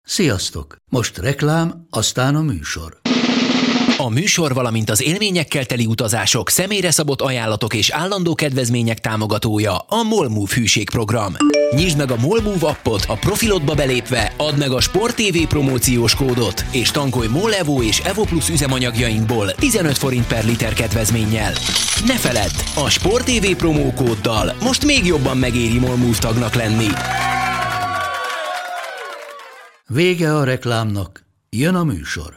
Sziasztok! Most reklám, aztán a műsor. A műsor, valamint az élményekkel teli utazások, személyre szabott ajánlatok és állandó kedvezmények támogatója a MOL Move hűségprogram. Nyisd meg a MOL Move appot, a profilodba belépve add meg a Sport TV promóciós kódot, és tankolj MOL Evo és Evo Plus üzemanyagjainkból 15 forint per liter kedvezménnyel. Ne feledd, a Sport TV promókóddal most még jobban megéri MOL Move tagnak lenni. Vége a reklámnak, jön a műsor.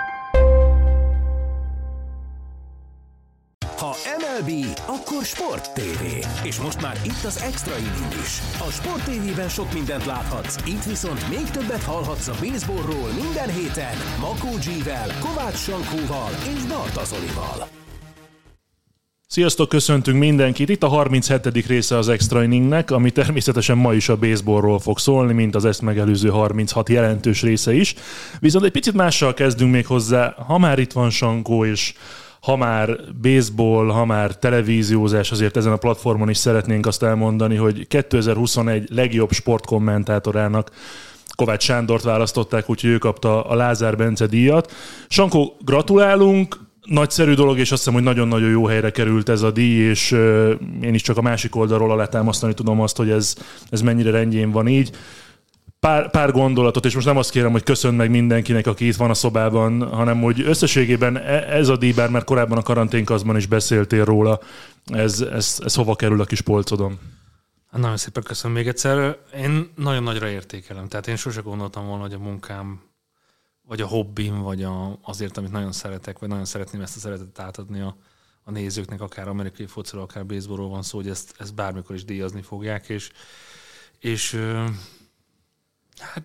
Ha MLB, akkor Sport TV. És most már itt az Extra Inning is. A Sport TV-ben sok mindent láthatsz, itt viszont még többet hallhatsz a baseballról minden héten Makó G-vel, Kovács Sankóval és Barta Zolival. Sziasztok, köszöntünk mindenkit! Itt a 37. része az Extra Inningnek, ami természetesen ma is a baseballról fog szólni, mint az ezt megelőző 36 jelentős része is. Viszont egy picit mással kezdünk még hozzá, ha már itt van Sankó, és ha már baseball, ha már televíziózás, azért ezen a platformon is szeretnénk azt elmondani, hogy 2021 legjobb sportkommentátorának Kovács Sándort választották, úgyhogy ő kapta a Lázár Bence díjat. Sankó, gratulálunk! Nagyszerű dolog, és azt hiszem, hogy nagyon-nagyon jó helyre került ez a díj, és én is csak a másik oldalról alátámasztani tudom azt, hogy ez mennyire rendjén van így. Pár gondolatot, és most nem azt kérem, hogy köszönj meg mindenkinek, aki itt van a szobában, hanem hogy összességében ez a díj, bár már korábban a karanténkazban is beszéltél róla, ez hova kerül a kis polcodon? Nagyon szépen köszönöm még egyszer. Én nagyon nagyra értékelem, tehát én sose gondoltam volna, hogy a munkám vagy a hobbim, vagy azért, amit nagyon szeretek, vagy nagyon szeretném ezt a szeretetet átadni a nézőknek, akár amerikai fociról, akár baseballról van szó, hogy ezt bármikor is díjazni fogják, és hát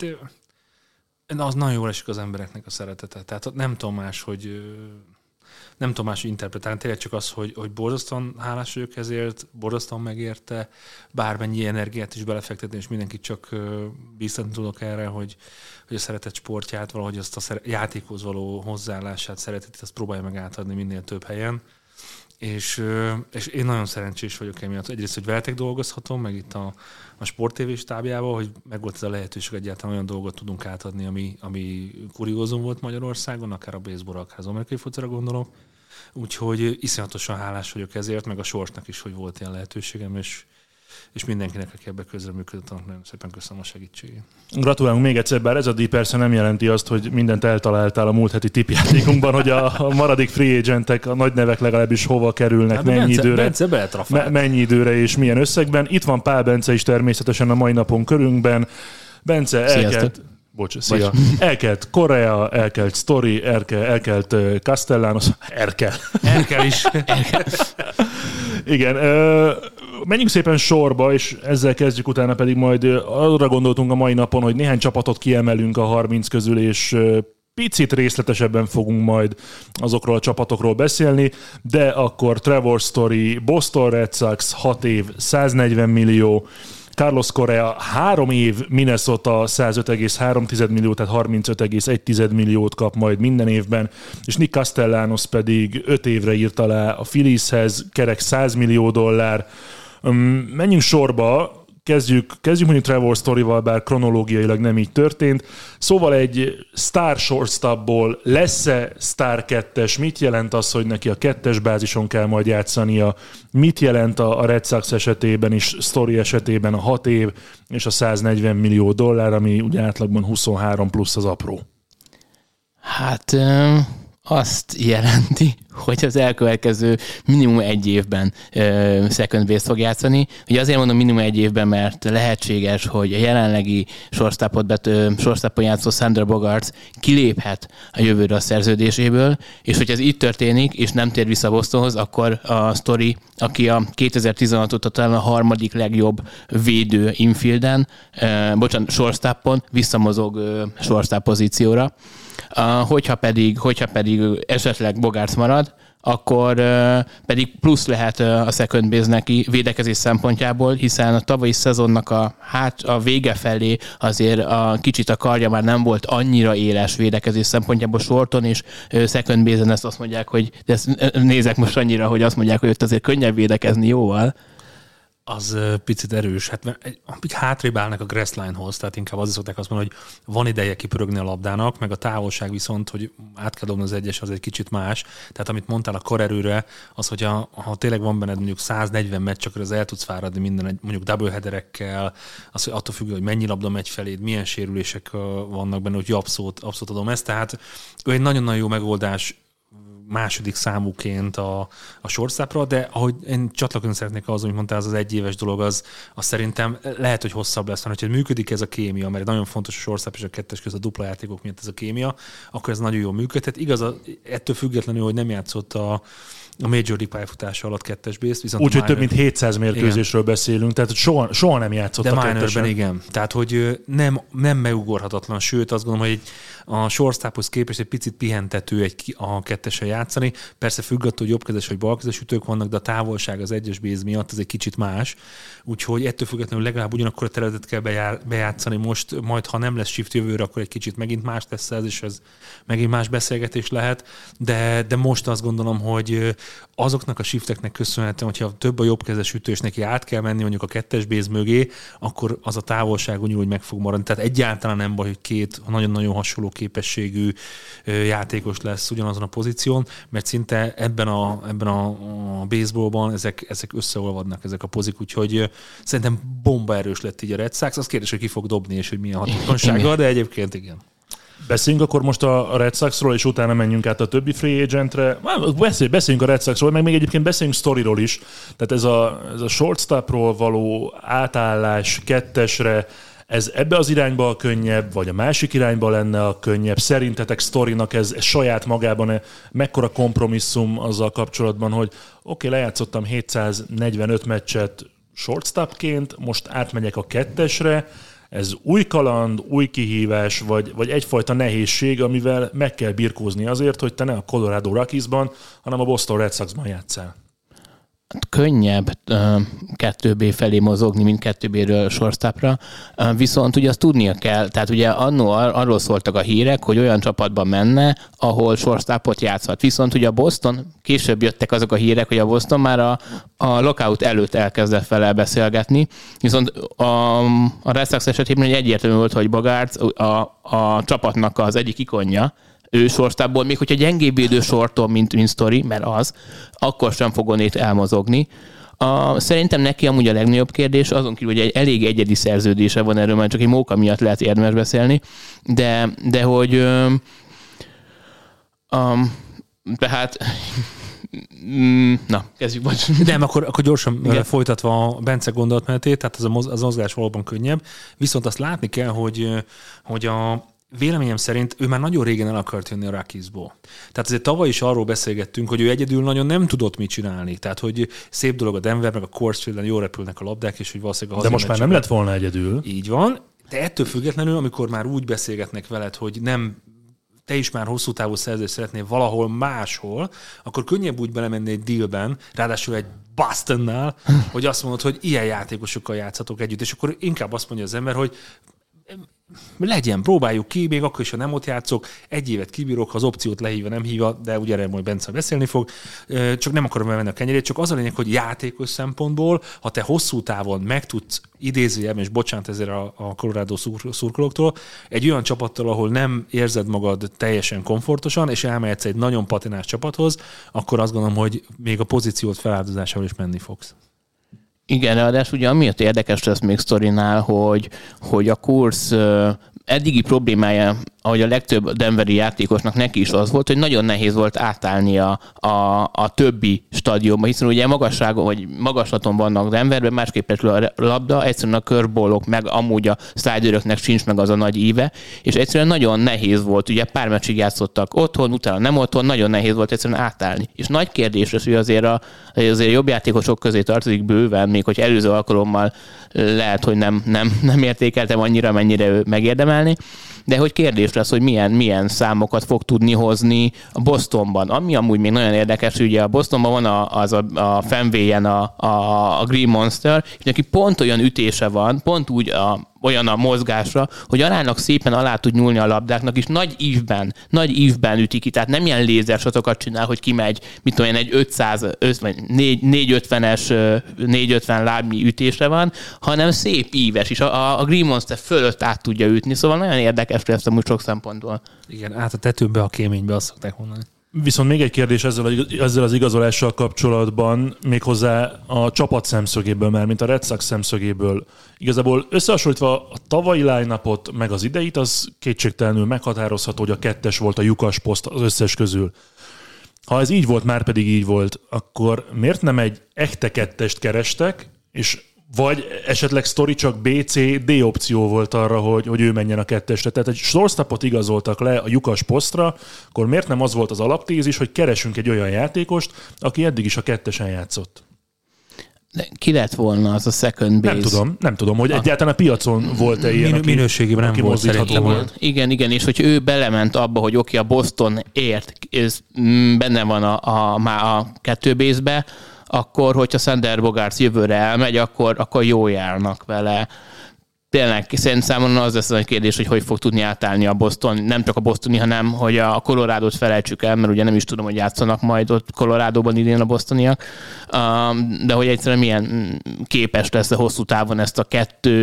az nagyon jól esik az embereknek a szeretete. Tehát nem tudom más, hogy interpretálni. Tényleg csak az, hogy borzasztóan hálás vagyok ezért, borzasztóan megérte, bármennyi energiát is belefektetni, és mindenkit csak bíztatni tudok erre, hogy a szeretett sportját, valahogy azt a játékhoz való hozzáállását, szeretetét, azt próbálja meg átadni minél több helyen. És én nagyon szerencsés vagyok emiatt. Egyrészt, hogy veletek dolgozhatom, meg itt a Sport TV stábjával, hogy meg volt ez a lehetőség, egyáltalán olyan dolgot tudunk átadni, ami kuriózum volt Magyarországon, akár a baseball, akár az amerikai focira gondolom. Úgyhogy iszonyatosan hálás vagyok ezért, meg a sorsnak is, hogy volt ilyen lehetőségem, és mindenkinek, aki ebbe közreműködött, nagyon szépen köszönöm a segítségét. Gratulálunk még egyszer, bár ez a díj persze nem jelenti azt, hogy mindent eltaláltál a múlt heti tippjátékunkban, hogy a maradék free agentek, a nagy nevek legalábbis hova kerülnek, mennyi időre és milyen összegben. Itt van Pál Bence is természetesen a mai napon körünkben. Bence, elkelt Korea, elkelt Story, elkelt Castellanos, Erkel is. Igen, menjünk szépen sorba, és ezzel kezdjük, utána pedig majd arra gondoltunk a mai napon, hogy néhány csapatot kiemelünk a 30 közül, és picit részletesebben fogunk majd azokról a csapatokról beszélni, de akkor Trevor Story, Boston Red Sox, 6 év, 140 millió, Carlos Correa 3 év, Minnesota 105,3 millió, tehát 35,1 milliót kap majd minden évben, és Nick Castellanos pedig 5 évre írt alá a Phillieshez, kerek $100 millió. Menjünk sorba, kezdjük mondjuk Trevor Storyval, bár kronológiailag nem így történt. Szóval egy sztár shortstopból lesz-e sztár kettes? Mit jelent az, hogy neki a kettes bázison kell majd játszania? Mit jelent a Red Sox esetében is, Story esetében a 6 év és a $140 millió, ami ugye átlagban 23 plusz az apró? Hát azt jelenti, hogy az elkövetkező minimum 1 évben second base fog játszani. Ugye azért mondom minimum 1 évben, mert lehetséges, hogy a jelenlegi shortstopon játszó Sander Bogaerts kiléphet a jövőre a szerződéséből, és hogyha ez így történik, és nem tér vissza Bostonhoz, akkor a Story, aki a 2016 óta talán a harmadik legjobb védő infielden, shortstopon, visszamozog shortstop pozícióra. Hogyha pedig esetleg Bogaerts marad, akkor pedig plusz lehet a second base neki védekezés szempontjából, hiszen a tavalyi szezonnak a vége felé azért kicsit a karja már nem volt annyira éles védekezés szempontjából shorton, és second base-en ezt azt mondják, hogy nézek most annyira, hogy azt mondják, hogy ott azért könnyebb védekezni jóval. Az picit erős. Hát amíg hátrébb állnak a grasslinehoz, tehát inkább az szokták azt mondani, hogy van ideje kipörögni a labdának, meg a távolság viszont, hogy át kell dobni az egyes, az egy kicsit más. Tehát amit mondtál a karerőre, az, hogy ha tényleg van benned mondjuk 140 meccs, akkor az el tudsz fáradni minden, mondjuk doubleheaderekkel, az, hogy attól függ, hogy mennyi labda megy feléd, milyen sérülések vannak benne, hogy abszolút adom ezt. Tehát ő egy nagyon-nagyon jó megoldás második számúként a shortstopra, de ahogy én csatlakozni szeretnék ahhoz, amit mondtál, az egyéves dolog, az szerintem lehet, hogy hosszabb lesz, hogyha működik ez a kémia, mert nagyon fontos a shortstop és a kettes között a dupla játékok miatt ez a kémia, akkor ez nagyon jól működhet. Igaz, ettől függetlenül, hogy nem játszott a Major League pályafutása alatt kettes base, viszont úgyhogy több mint 700 mérkőzésről beszélünk, tehát soha nem játszott de a kettesen. De minorben igen. Tehát, hogy nem megugorhatatlan, sőt azt gondolom, hogy a shortstophoz képest egy picit pihentető a kettesen játszani. Persze függ attól, hogy jobbkezes vagy balkezes ütők vannak, de a távolság az egyes base miatt az egy kicsit más. Úgyhogy ettől függetlenül legalább ugyanakkor a területet kell bejátszani most, majd ha nem lesz shift jövőre, akkor egy kicsit megint más lesz ez, és ez megint más beszélgetés lehet. De most azt gondolom, hogy azoknak a shifteknek köszönhetően, hogyha több a jobbkezes ütő, és neki át kell menni mondjuk a kettes base mögé, akkor az a távolság úgy meg fog maradni. Tehát egyáltalán nem baj, hogy két nagyon-nagyon hasonló képességű játékos lesz ugyanazon a pozíción, mert szinte ebben a baseballban ezek összeolvadnak, ezek a pozik, úgyhogy szerintem bomba erős lett így a Red Sox. Az kérdés, hogy ki fog dobni, és hogy milyen hatékonysággal, de egyébként igen. Beszéljünk akkor most a Red Soxról, és utána menjünk át a többi free agentre. Beszéljünk a Red Soxról, meg még egyébként beszéljünk sztoriról is. Tehát ez a shortstopról való átállás kettesre, ez ebbe az irányba a könnyebb, vagy a másik irányba lenne a könnyebb? Szerintetek sztorinak ez saját magában mekkora kompromisszum azzal kapcsolatban, hogy oké, lejátszottam 745 meccset shortstopként, most átmegyek a kettesre, ez új kaland, új kihívás, vagy egyfajta nehézség, amivel meg kell birkózni azért, hogy te ne a Colorado Rockiesban, hanem a Boston Red Soxban játsszál. Könnyebb 2B felé mozogni, mint 2B-ről shortstopra, viszont ugye azt tudnia kell, tehát ugye annó arról szóltak a hírek, hogy olyan csapatban menne, ahol shortstopot játszhat. Viszont ugye a Boston, később jöttek azok a hírek, hogy a Boston már a lockout előtt elkezdett vele beszélgetni, viszont a Red Sox esetében egyértelmű volt, hogy Bogaerts a csapatnak az egyik ikonja, ő shortstopból, még hogyha gyengébb védő sortól, mint Story, mert az, akkor sem fog onnét elmozogni. Szerintem neki amúgy a legnagyobb kérdés, azon kívül, hogy egy elég egyedi szerződése van, erről már csak egy móka miatt lehet érdemes beszélni, de hogy tehát na, kezdjük, bocs. Nem, akkor gyorsan folytatva a Bence gondolatmenetét, tehát az mozgás valóban könnyebb, viszont azt látni kell, hogy a véleményem szerint ő már nagyon régen el akart jönni a Rockiesból. Tehát azért tavaly is arról beszélgettünk, hogy ő egyedül nagyon nem tudott mit csinálni. Tehát, hogy szép dolog a Denver, meg a Coors Fielden jól repülnek a labdák, és hogy valószínűleg de most már nem lett volna egyedül. Így van. De ettől függetlenül, amikor már úgy beszélgetnek veled, hogy nem te is már hosszú távú szerződést szeretnél valahol máshol, akkor könnyebb úgy belemenni egy dealben, ráadásul egy Bostonnál, hogy azt mondod, hogy ilyen játékosokkal játszhatok együtt, és akkor inkább azt mondja az ember, hogy legyen, próbáljuk ki, még akkor is, ha nem ott játszok, egy évet kibírok, ha az opciót lehívva, nem hívva, de ugye erre majd Bence beszélni fog, csak nem akarom elmenni a kenyerét, csak az a lényeg, hogy játékos szempontból, ha te hosszú távon meg tudsz idézőjelben, és bocsánat ezért a Colorado szurkolóktól, egy olyan csapattal, ahol nem érzed magad teljesen komfortosan, és elmehetsz egy nagyon patinás csapathoz, akkor azt gondolom, hogy még a pozíciót feláldozásával is menni fogsz. Igen, ráadásul ugye amiatt érdekes lesz még sztorinál, hogy a Coors eddigi problémája, ahogy a legtöbb denveri játékosnak neki is az volt, hogy nagyon nehéz volt átállni a többi stadionba, hiszen ugye magasságon vagy magaslaton vannak Denverben, másképp a labda, egyszerűen a curveballok, meg amúgy a slideröknek sincs meg az a nagy íve, és egyszerűen nagyon nehéz volt, ugye pár meccsig játszottak otthon, utána nem otthon, nagyon nehéz volt egyszerűen átállni. És nagy kérdés az, hogy azért jobb játékosok közé tartozik bőven, még hogy előző alkalommal lehet, hogy nem értékeltem annyira, mennyire ő megérdemelni, de hogy kérdés lesz, hogy milyen számokat fog tudni hozni a Bostonban. Ami amúgy még nagyon érdekes, ugye a Bostonban van a Fenwayen a Green Monster, és neki pont olyan ütése van, pont úgy olyan a mozgásra, hogy alának szépen alá tud nyúlni a labdáknak, és nagy ívben üti ki, tehát nem ilyen lézersotokat csinál, hogy kimegy, mit tudom én, egy 450 lábnyi ütése van, hanem szép íves, és a Green Monster fölött át tudja ütni, szóval nagyon érdekes lesz amúgy sok szempontból. Igen, át a tetőbe, a kéménybe, azt szokták mondani. Viszont még egy kérdés ezzel az igazolással kapcsolatban, méghozzá a csapat szemszögéből, már mint a Red Sox szemszögéből. Igazából összehasonlítva a tavalyi line-upot meg az ideit, az kétségtelenül meghatározható, hogy a 2-es volt a lyukas poszt az összes közül. Ha ez így volt, már pedig így volt, akkor miért nem egy echte 2-est kerestek, és vagy esetleg sztori csak B, C, D opció volt arra, hogy ő menjen a 2-esre. Tehát egy shortstopot igazoltak le a lyukas posztra, akkor miért nem az volt az alaptézis, hogy keresünk egy olyan játékost, aki eddig is a 2-esen játszott? De ki lett volna az a second base? Nem tudom, hogy egyáltalán a piacon volt-e ilyen, minőségében nem volt szerintem. Igen, és hogy ő belement abba, hogy oké, a Boston ért, ez benne van már a 2 base-be, akkor, hogyha Sander Bogaerts jövőre elmegy, akkor jó járnak vele. Tényleg, szerintem számomra az lesz a kérdés, hogy fog tudni átállni a Boston, nem csak a bostoni, hanem hogy a Colorado-t felejtsük el, mert ugye nem is tudom, hogy játszanak majd ott Colorado-ban idén a bostoniak, de hogy egyszerűen milyen képes lesz a hosszú távon ezt a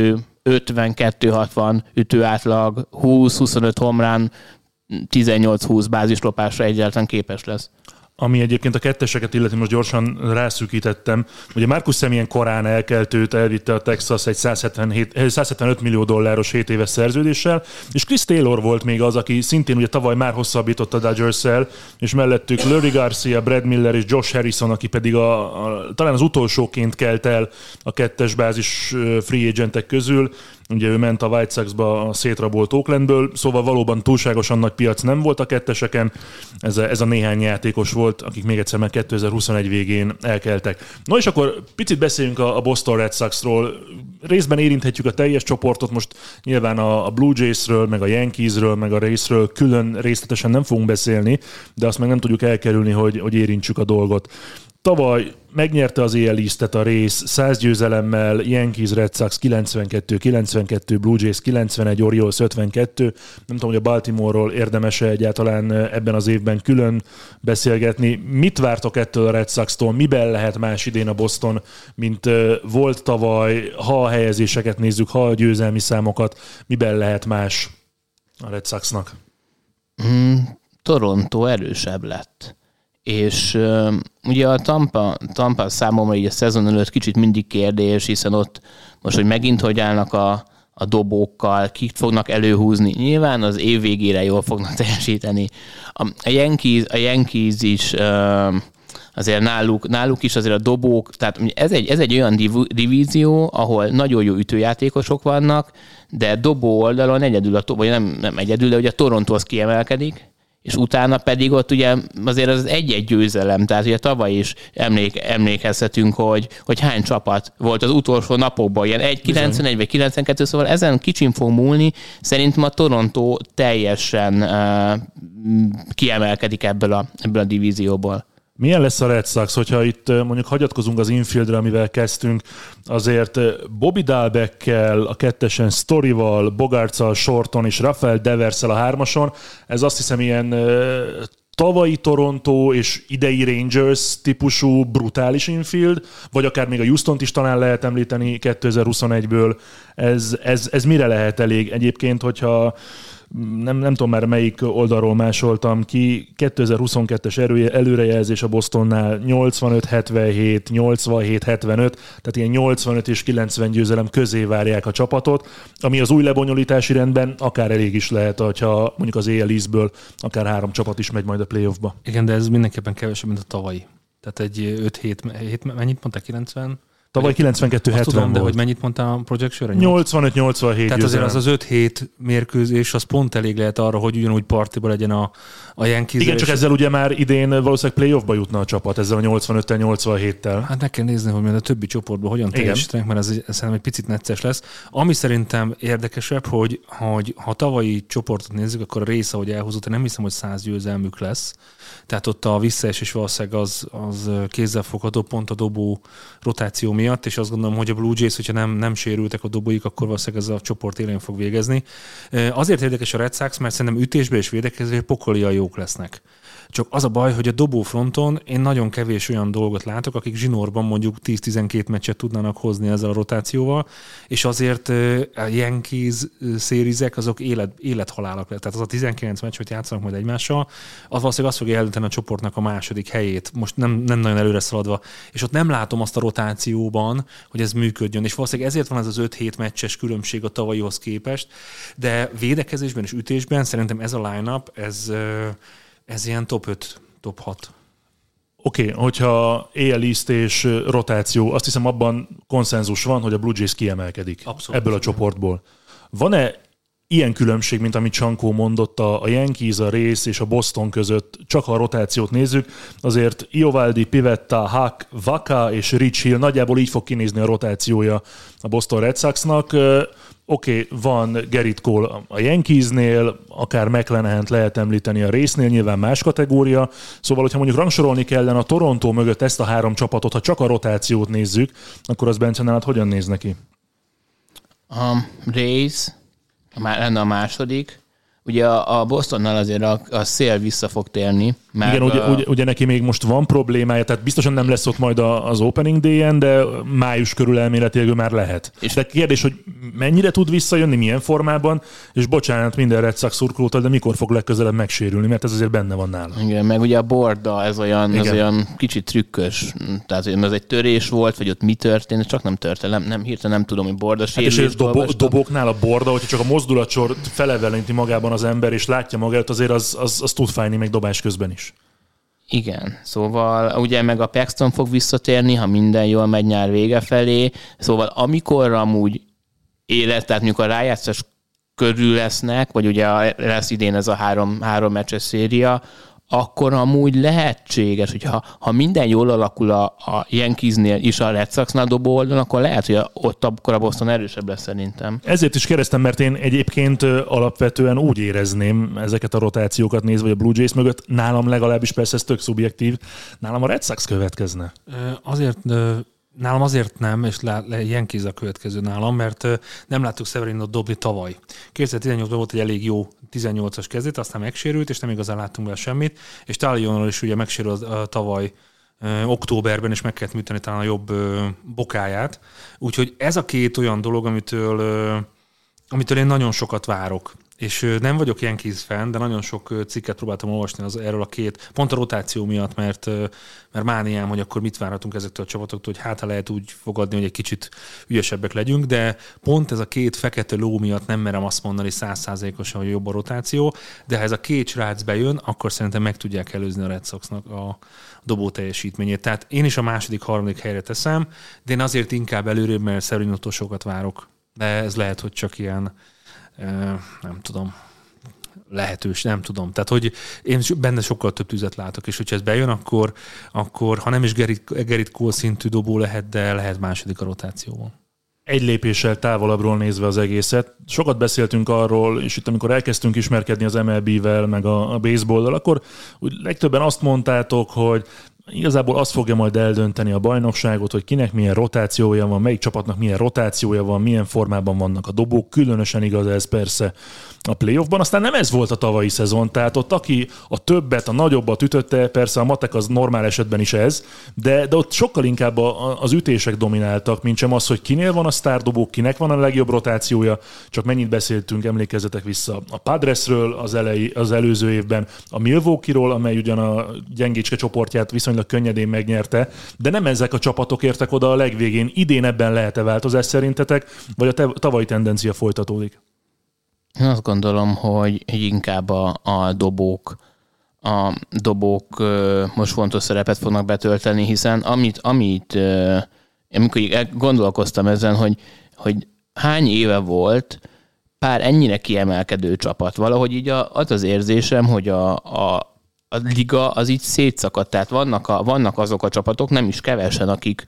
250-260 ütőátlag, 20-25 home run, 18-20 bázislopásra egyáltalán képes lesz. Ami egyébként a 2-eseket illeti, most gyorsan rászűkítettem. Ugye Marcus Semien korán elkeltőt elvitte a Texas egy $175 millió 7 éves szerződéssel, és Chris Taylor volt még az, aki szintén ugye tavaly már hosszabbított a Dodgers-szel, és mellettük Leury Garcia, Brad Miller és Josh Harrison, aki pedig talán az utolsóként kelt el a 2-es bázis free agentek közül. Ugye ő ment a White Sox-ba a szétrabolt Oaklandből, szóval valóban túlságosan nagy piac nem volt a 2-eseken. Ez a néhány játékos volt, akik még egyszer már 2021 végén elkeltek. No és akkor picit beszéljünk a Boston Red Sox-ról. Részben érinthetjük a teljes csoportot, most nyilván a Blue Jays-ről, meg a Yankees-ről, meg a Rays-ről külön részletesen nem fogunk beszélni, de azt meg nem tudjuk elkerülni, hogy érintsük a dolgot. Tavaly megnyerte az AL East-et a Rays 100 győzelemmel, Yankees, Red Sox 92, Blue Jays 91, Orioles 52. Nem tudom, hogy a Baltimore-ról érdemes-e egyáltalán ebben az évben külön beszélgetni. Mit vártok ettől a Red Sox-tól? Miben lehet más idén a Boston, mint volt tavaly? Ha a helyezéseket nézzük, ha a győzelmi számokat, miben lehet más a Red Sox-nak? Toronto erősebb lett. És ugye a Tampa számomra így a szezon előtt kicsit mindig kérdés, hiszen ott most, hogy megint hogy állnak a dobókkal, kik fognak előhúzni. Nyilván az év végére jól fognak teljesíteni. A Yankees is azért náluk is azért a dobók, tehát ez egy olyan divízió, ahol nagyon jó ütőjátékosok vannak, de dobó oldalon egyedül, vagy nem egyedül, de ugye a Toronto az kiemelkedik, és utána pedig ott ugye azért az egy-egy győzelem, tehát ugye tavaly is emlékezhetünk, hogy hány csapat volt az utolsó napokban, ilyen 1-91 vagy 92, szóval ezen kicsin fog múlni. Szerintem a Toronto teljesen kiemelkedik ebből a divízióból. Milyen lesz a Red Sox, hogyha itt mondjuk hagyatkozunk az infieldre, amivel kezdtünk, azért Bobby Dalbeckel, a 2-esen Storyval, Bogaertszal, Shorton és Rafael Deverssel a 3-ason, ez azt hiszem ilyen tavalyi Toronto és idei Rangers típusú brutális infield, vagy akár még a Houstont is talán lehet említeni 2021-ből. Ez mire lehet elég? Egyébként, hogyha nem tudom már melyik oldalról másoltam ki, 2022-es előrejelzés a Bostonnál 85-77, 87-75, tehát ilyen 85 és 90 győzelem közé várják a csapatot, ami az új lebonyolítási rendben akár elég is lehet, hogyha mondjuk az AL East-ből akár 3 csapat is megy majd a playoffba. Igen, de ez mindenképpen kevesebb, mint a tavalyi. Tehát egy 5-7, mennyit mondta, 90? Tavaly 92-70 tudom, volt. de hogy mennyit mondtál a projection-re? 85-87. Tehát azért az 5-7 mérkőzés, az pont elég lehet arra, hogy ugyanúgy partiba legyen a Yankees. Igen, csak ezzel ugye már idén valószínűleg playoffba jutna a csapat, ezzel a 85-87-tel. Hát meg kell nézni, hogy majd a többi csoportból hogyan teljesítenek, mert ez szerintem egy picit necces lesz. Ami szerintem érdekesebb, hogy ha tavalyi csoportot nézzük, akkor a rész, ahogy elhozott, nem hiszem, hogy 100 győzelmük lesz. Tehát ott a visszaesés valószínűleg az kézzelfogható pont a dobó rotáció miatt, és azt gondolom, hogy a Blue Jays, hogyha nem sérültek a dobóik, akkor valószínűleg ez a csoport élén fog végezni. Azért érdekes a Red Sox, mert szerintem ütésbe és védekezésbe pokolian jók lesznek. Csak az a baj, hogy a dobófronton én nagyon kevés olyan dolgot látok, akik zsinórban mondjuk 10-12 meccset tudnának hozni ezzel a rotációval, és azért a Yankees szérizek azok élethalálak lesz. Tehát az a 19 meccs, hogy játszanak majd egymással, az valószínűleg azt fogja eldönteni a csoportnak a második helyét, most nem nagyon előre szaladva, és ott nem látom azt a rotációban, hogy ez működjön, és valószínűleg ezért van ez az 5-7 meccses különbség a tavalyihoz képest, de védekezésben és ütésben szerintem ez a line-up, ez ilyen top 5, top 6. Oké, hogyha AL East és rotáció, azt hiszem abban konszenzus van, hogy a Blue Jays kiemelkedik. Abszolút. Ebből a csoportból. Van-e ilyen különbség, mint amit Csankó mondott, a Yankees, a Rays és a Boston között, csak ha a rotációt nézzük, azért Eovaldi, Pivetta, Huck, Vaca és Rich Hill nagyjából így fog kinézni a rotációja a Boston Red Soxnak. Oké, van Gerrit Cole a Yankeesnél, akár McClenahant lehet említeni a Raysnél, nyilván más kategória. Szóval, hogyha mondjuk rangsorolni kellene a Toronto mögött ezt a 3 csapatot, ha csak a rotációt nézzük, akkor az Bence nálad hogyan néz neki? A Rays már lenne a második. Ugye a Bostonnal azért a szél vissza fog térni. Igen, ugye neki még most van problémája, tehát biztosan nem lesz ott majd az opening day-en, de május körül elméletileg már lehet. De kérdés, hogy mennyire tud visszajönni, milyen formában, és bocsánat minden Red Sox szurkolótól, de mikor fog legközelebb megsérülni, mert ez azért benne van nála. Igen, meg ugye a Borda, ez olyan kicsit trükkös. Tehát ez egy törés volt, vagy ott mi történt, csak nem történt. Nem hirtelen nem tudom, hogy Borda sérülést és dobóknál a Borda, hogyha csak a mozdulatsor felevelinti magában az ember, és látja magát, azért az tud fájni még dobás közben is. Igen, szóval ugye meg a Paxton fog visszatérni, ha minden jól megy nyár vége felé, szóval amikor amúgy tehát mondjuk a rájátszás körül lesznek, vagy ugye lesz idén ez a három meccses széria, akkor amúgy lehetséges, hogy ha minden jól alakul a Yankeesnél is a Red Soxnál dobó oldalon, akkor lehet, hogy ott akkor a Boston erősebb lesz szerintem. Ezért is kérdeztem, mert én egyébként alapvetően úgy érezném ezeket a rotációkat nézve, hogy a Blue Jays mögött nálam legalábbis, persze ez tök szubjektív, nálam a Red Sox következne. Nálam azért nem, és Yankees a következő nálam, mert nem láttuk Severinot dobni tavaly. 2018-ban volt egy elég jó 18-as kezdet, aztán megsérült, és nem igazán láttunk vele semmit, és Taillonnal is ugye megsérült tavaly októberben, és meg kellett műteni talán a jobb bokáját. Úgyhogy ez a két olyan dolog, amitől én nagyon sokat várok. És nem vagyok Yankees fan, de nagyon sok cikket próbáltam olvasni erről a két, pont a rotáció miatt, mert mániám, hogy akkor mit várhatunk ezektől a csapatoktól, hogy hát lehet úgy fogadni, hogy egy kicsit ügyesebbek legyünk, de pont ez a két fekete ló miatt nem merem azt mondani 100%-osan, hogy jobb a rotáció, de ha ez a két srác bejön, akkor szerintem meg tudják előzni a Red Soxnak a dobó teljesítményét. Tehát én is a második, harmadik helyre teszem, de én azért inkább előrébb, mert Severinótól sokat várok. De ez lehet, hogy csak ilyen nem tudom, lehetős, nem tudom. Tehát, hogy én benne sokkal több tüzet látok, és hogyha ez bejön, akkor ha nem is Gerrit Cole szintű dobó lehet, de lehet második a rotációban. Egy lépéssel távolabbról nézve az egészet. Sokat beszéltünk arról, és itt amikor elkezdtünk ismerkedni az MLB-vel, meg a baseball-dal, akkor úgy legtöbben azt mondtátok, hogy igazából azt fogja majd eldönteni a bajnokságot, hogy kinek milyen rotációja van, melyik csapatnak milyen rotációja van, milyen formában vannak a dobók. Különösen igaz ez persze a playoffban. Aztán nem ez volt a tavalyi szezon, tehát ott aki a többet, a nagyobbat ütötte, persze a matek az normál esetben is ez, de ott sokkal inkább az ütések domináltak, mint sem az, hogy kinél van a sztárdobó, kinek van a legjobb rotációja, csak mennyit beszéltünk, emlékezzetek vissza a Padresről az előző évben, a Milwaukee-ról, amely ugyan a gyengécske csoportját viszonylag könnyedén megnyerte, de nem ezek a csapatok értek oda a legvégén. Idén ebben lehet-e változás szerintetek, vagy a tavalyi tendencia folytatódik? Én azt gondolom, hogy inkább a dobók most fontos szerepet fognak betölteni, hiszen amit amikor gondolkoztam ezen, hogy hány éve volt pár ennyire kiemelkedő csapat. Valahogy így az érzésem, hogy a liga az így szétszakadt. Tehát vannak azok a csapatok, nem is kevesen, akik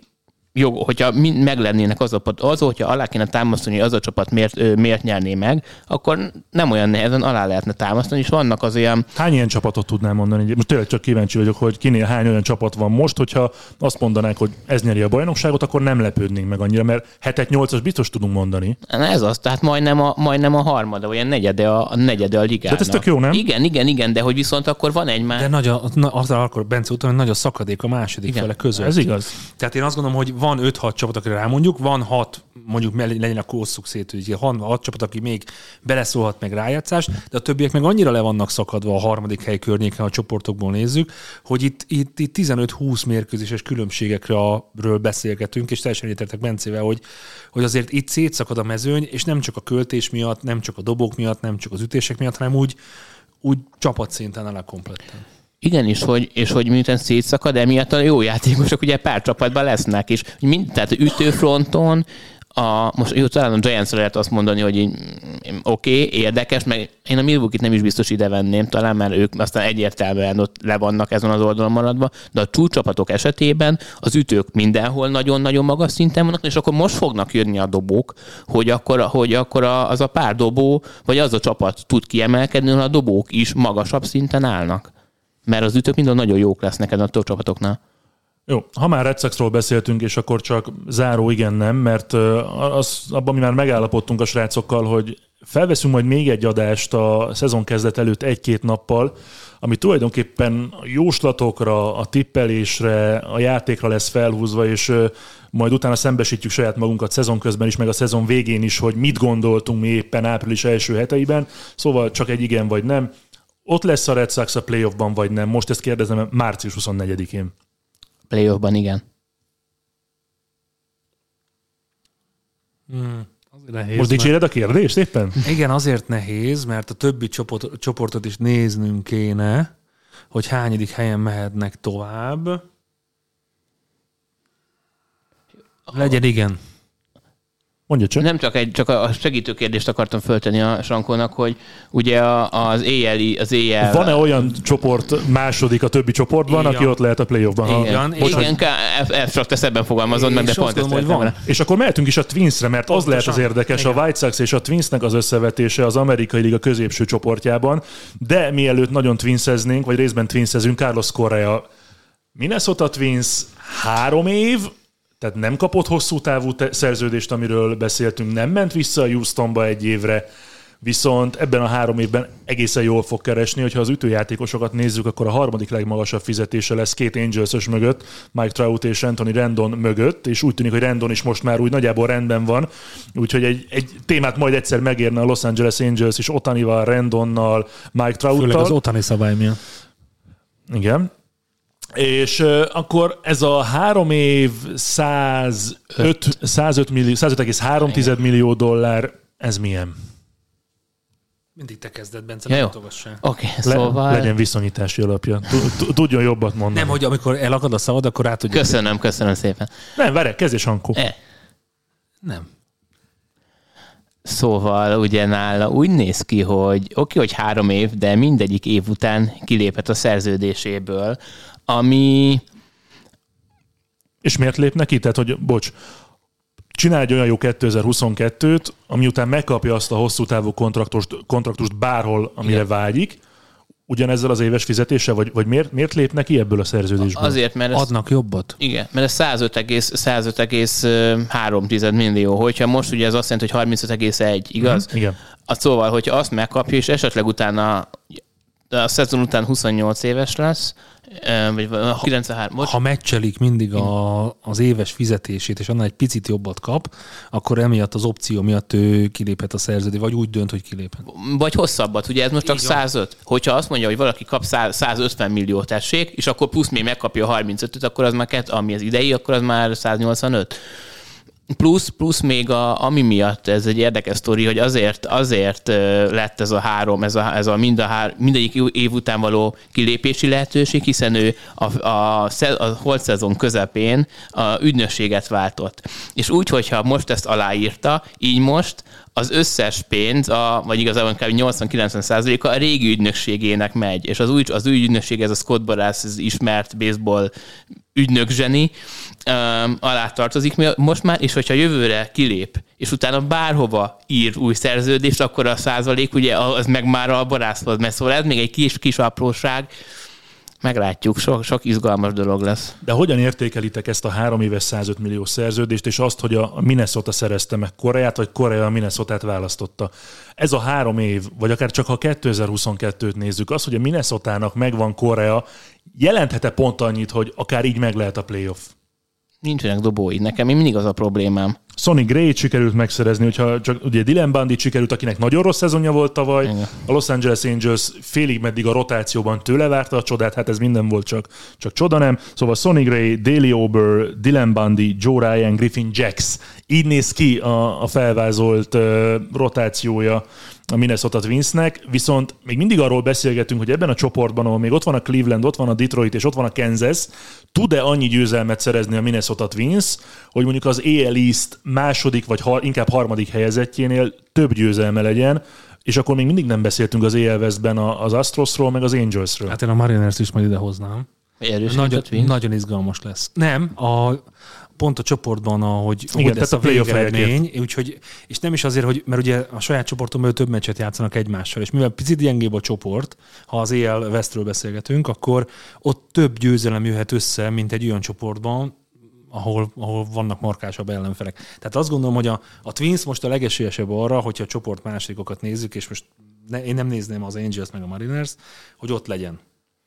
jó, hogyha meglennének hogyha alá kéne támasztani, hogy az a csapat miért nyerné meg, akkor nem olyan nehezen alá lehetne támasztani, és vannak az olyan... Hány ilyen csapatot tudnám mondani? Most tényleg csak kíváncsi vagyok, hogy kinél hány olyan csapat van most, hogyha azt mondanák, hogy ez nyeri a bajnokságot, akkor nem lepődnénk meg annyira, mert 7-8-as biztos tudunk mondani. Ez az, tehát majdnem a harmada, vagy a negyede a ligának. Tehát ez tök jó, nem? Igen, de hogy viszont akkor van egy már... De akkor Bence utána nagy a szakadék a második fele között. Ez igaz. Tehát én azt gondolom, hogy van 5-6 csapat, akire rámondjuk, van 6, mondjuk legyen a osszuk szét, hogy 6 csapat, aki még beleszólhat meg rájátszás, de a többiek meg annyira le vannak szakadva a harmadik hely környéken, a csoportokból nézzük, hogy itt 15-20 mérkőzéses különbségekről beszélgetünk, és teljesen egyetértek Bencével, hogy azért itt szétszakad a mezőny, és nem csak a költés miatt, nem csak a dobók miatt, nem csak az ütések miatt, hanem úgy csapatszinten alá kompletten. Igen, és hogy miután szétszakad, emiatt a jó játékosok ugye pár csapatban lesznek, és tehát ütőfronton, most jó, talán a Giants-ra lehet azt mondani, hogy oké, érdekes, meg én a Milwaukee-t nem is biztos ide venném, talán már ők aztán egyértelműen ott le vannak ezen az oldalon maradva, de a csúcscsapatok esetében az ütők mindenhol nagyon-nagyon magas szinten vannak, és akkor most fognak jönni a dobók, hogy akkor az a pár dobó, vagy az a csapat tud kiemelkedni, hogy a dobók is magasabb szinten állnak. Mert az ütők minden nagyon jók lesznek a top csapatoknál. Jó, ha már Red Soxról beszéltünk, és akkor csak záró igen-nem, mert abban mi már megállapodtunk a srácokkal, hogy felveszünk majd még egy adást a szezon kezdet előtt 1-2 nappal, ami tulajdonképpen a jóslatokra, a tippelésre, a játékra lesz felhúzva, és majd utána szembesítjük saját magunkat szezon közben is, meg a szezon végén is, hogy mit gondoltunk mi éppen április első heteiben. Szóval csak egy igen vagy nem. Ott lesz a Red Sox a playoffban, vagy nem? Most ezt kérdezem március 24-én. Playoffban, igen. Azért nehéz, most dicséred a kérdést éppen? Igen, azért nehéz, mert a többi csoportot is néznünk kéne, hogy hányadik helyen mehetnek tovább. Legyen igen. Mondja csak. Nem csak a segítő kérdést akartam föltenni a Sankónak, hogy ugye az éjjel... Van-e olyan csoport második a többi csoportban, aki ott lehet a playoffban? Igen, csak te szebben fogalmazod meg, de pont ezt van. És akkor mehetünk is a Twinsre, mert pontosan, az lehet az érdekes, igen. A White Sox és a Twinsnek az összevetése az Amerikai Liga középső csoportjában, de mielőtt nagyon twinszeznénk, vagy részben twinszezünk, Carlos Correa, Minnesota Twins 3 év, tehát nem kapott hosszú távú szerződést, amiről beszéltünk, nem ment vissza a Houstonba 1 évre, viszont ebben a 3 évben egészen jól fog keresni, hogyha az ütőjátékosokat nézzük, akkor a harmadik legmagasabb fizetése lesz 2 Angels-ös mögött, Mike Trout és Anthony Rendon mögött, és úgy tűnik, hogy Rendon is most már úgy nagyjából rendben van, úgyhogy egy témát majd egyszer megérne a Los Angeles Angels is Ohtanival, Rendonnal, Mike Trouttal. Főleg az Ohtani szabály miatt. Igen. És akkor ez a 3 év 105,3 millió dollár, ez milyen? Mindig te kezded, Bence, nem mutogassál. Oké, szóval... Legyen viszonyítási alapja. Tudjon jobbat mondani. Nem, hogy amikor elakad a szavad, akkor rá tudjuk. Köszönöm szépen. Nem, várj, kezdj, Sankó. Nem. Szóval ugye nála úgy néz ki, hogy hogy 3 év, de mindegyik év után kilépett a szerződéséből, ami... És miért lépnek ki? Tehát, hogy csinálj egy olyan jó 2022-t, ami után megkapja azt a hosszú távú kontraktust bárhol, amire vágyik, ugyanezzel az éves fizetése, vagy miért lépnek ki ebből a szerződésből? Azért, mert adnak jobbat. Igen, mert ez 105,3 millió. Hogyha most ugye ez azt jelenti, hogy 35,1, igaz? Igen. Szóval, hogyha azt megkapja, és esetleg utána a szezon után 28 éves lesz, vagy 93. Ha meccselik mindig az éves fizetését, és annál egy picit jobbat kap, akkor emiatt az opció miatt ő kiléphet a szerződés, vagy úgy dönt, hogy kiléphet. Vagy hosszabbat, ugye ez most csak 105. Hogyha azt mondja, hogy valaki kap 150 milliót tessék, és akkor plusz még megkapja a 35-öt, akkor az már ami az idei, akkor az már 185. Plusz még ami miatt ez egy érdekes sztori, hogy azért lett ez a három, mindegyik év után való kilépési lehetőség, hiszen ő a holt szezon közepén a ügynökséget váltott. És úgy, hogyha most ezt aláírta, így most az összes pénz, vagy igazából 80-90%-a a régi ügynökségének megy, és az új ügynökség, ez a Scott Boras, ez ismert baseball ügynök zseni, alá tartozik most már, és hogyha jövőre kilép, és utána bárhova ír új szerződést, akkor a százalék ugye az meg már a Borászhoz megy. Szóval ez még egy kis apróság, meglátjuk, sok izgalmas dolog lesz. De hogyan értékelitek ezt a 3 éves 105 millió szerződést, és azt, hogy a Minnesota szerezte meg Koreát, vagy Korea a Minnesotát választotta? Ez a 3 év, vagy akár csak ha 2022-t nézzük, az, hogy a Minnesotának megvan Korea, jelenthet-e pont annyit, hogy akár így meg lehet a playoff? Nincsenek dobói. Nekem még mindig az a problémám. Sonny Gray-t sikerült megszerezni, hogyha csak ugye Dylan Bundyt sikerült, akinek nagyon rossz szezonja volt tavaly. Igen. A Los Angeles Angels félig meddig a rotációban tőle várta a csodát, hát ez minden volt, csak csoda nem. Szóval Sonny Gray, Daley Ober, Dylan Bundy, Joe Ryan, Griffin Jacks. Így néz ki a felvázolt rotációja a Minnesota Twinsnek, viszont még mindig arról beszélgetünk, hogy ebben a csoportban, ahol még ott van a Cleveland, ott van a Detroit és ott van a Kansas, tud-e annyi győzelmet szerezni a Minnesota Twins, hogy mondjuk az AL East második vagy inkább harmadik helyezettjénél több győzelme legyen, és akkor még mindig nem beszéltünk az AL Westben az Astrosról, meg az Angelsről. Hát én a Mariners is majd idehoznám. Nagyon izgalmas lesz. Nem, pont a csoportban, hogy lesz a végeredmény, úgyhogy, és nem is azért, mert ugye a saját csoporton belül több meccset játszanak egymással, és mivel picit gyengébb a csoport, ha az AL Westről beszélgetünk, akkor ott több győzelem jöhet össze, mint egy olyan csoportban, ahol vannak markásabb ellenfelek. Tehát azt gondolom, hogy a Twins most a legesélyesebb arra, hogyha a csoport másodikokat nézzük, és most én nem nézném az Angels meg a Mariners, hogy ott legyen.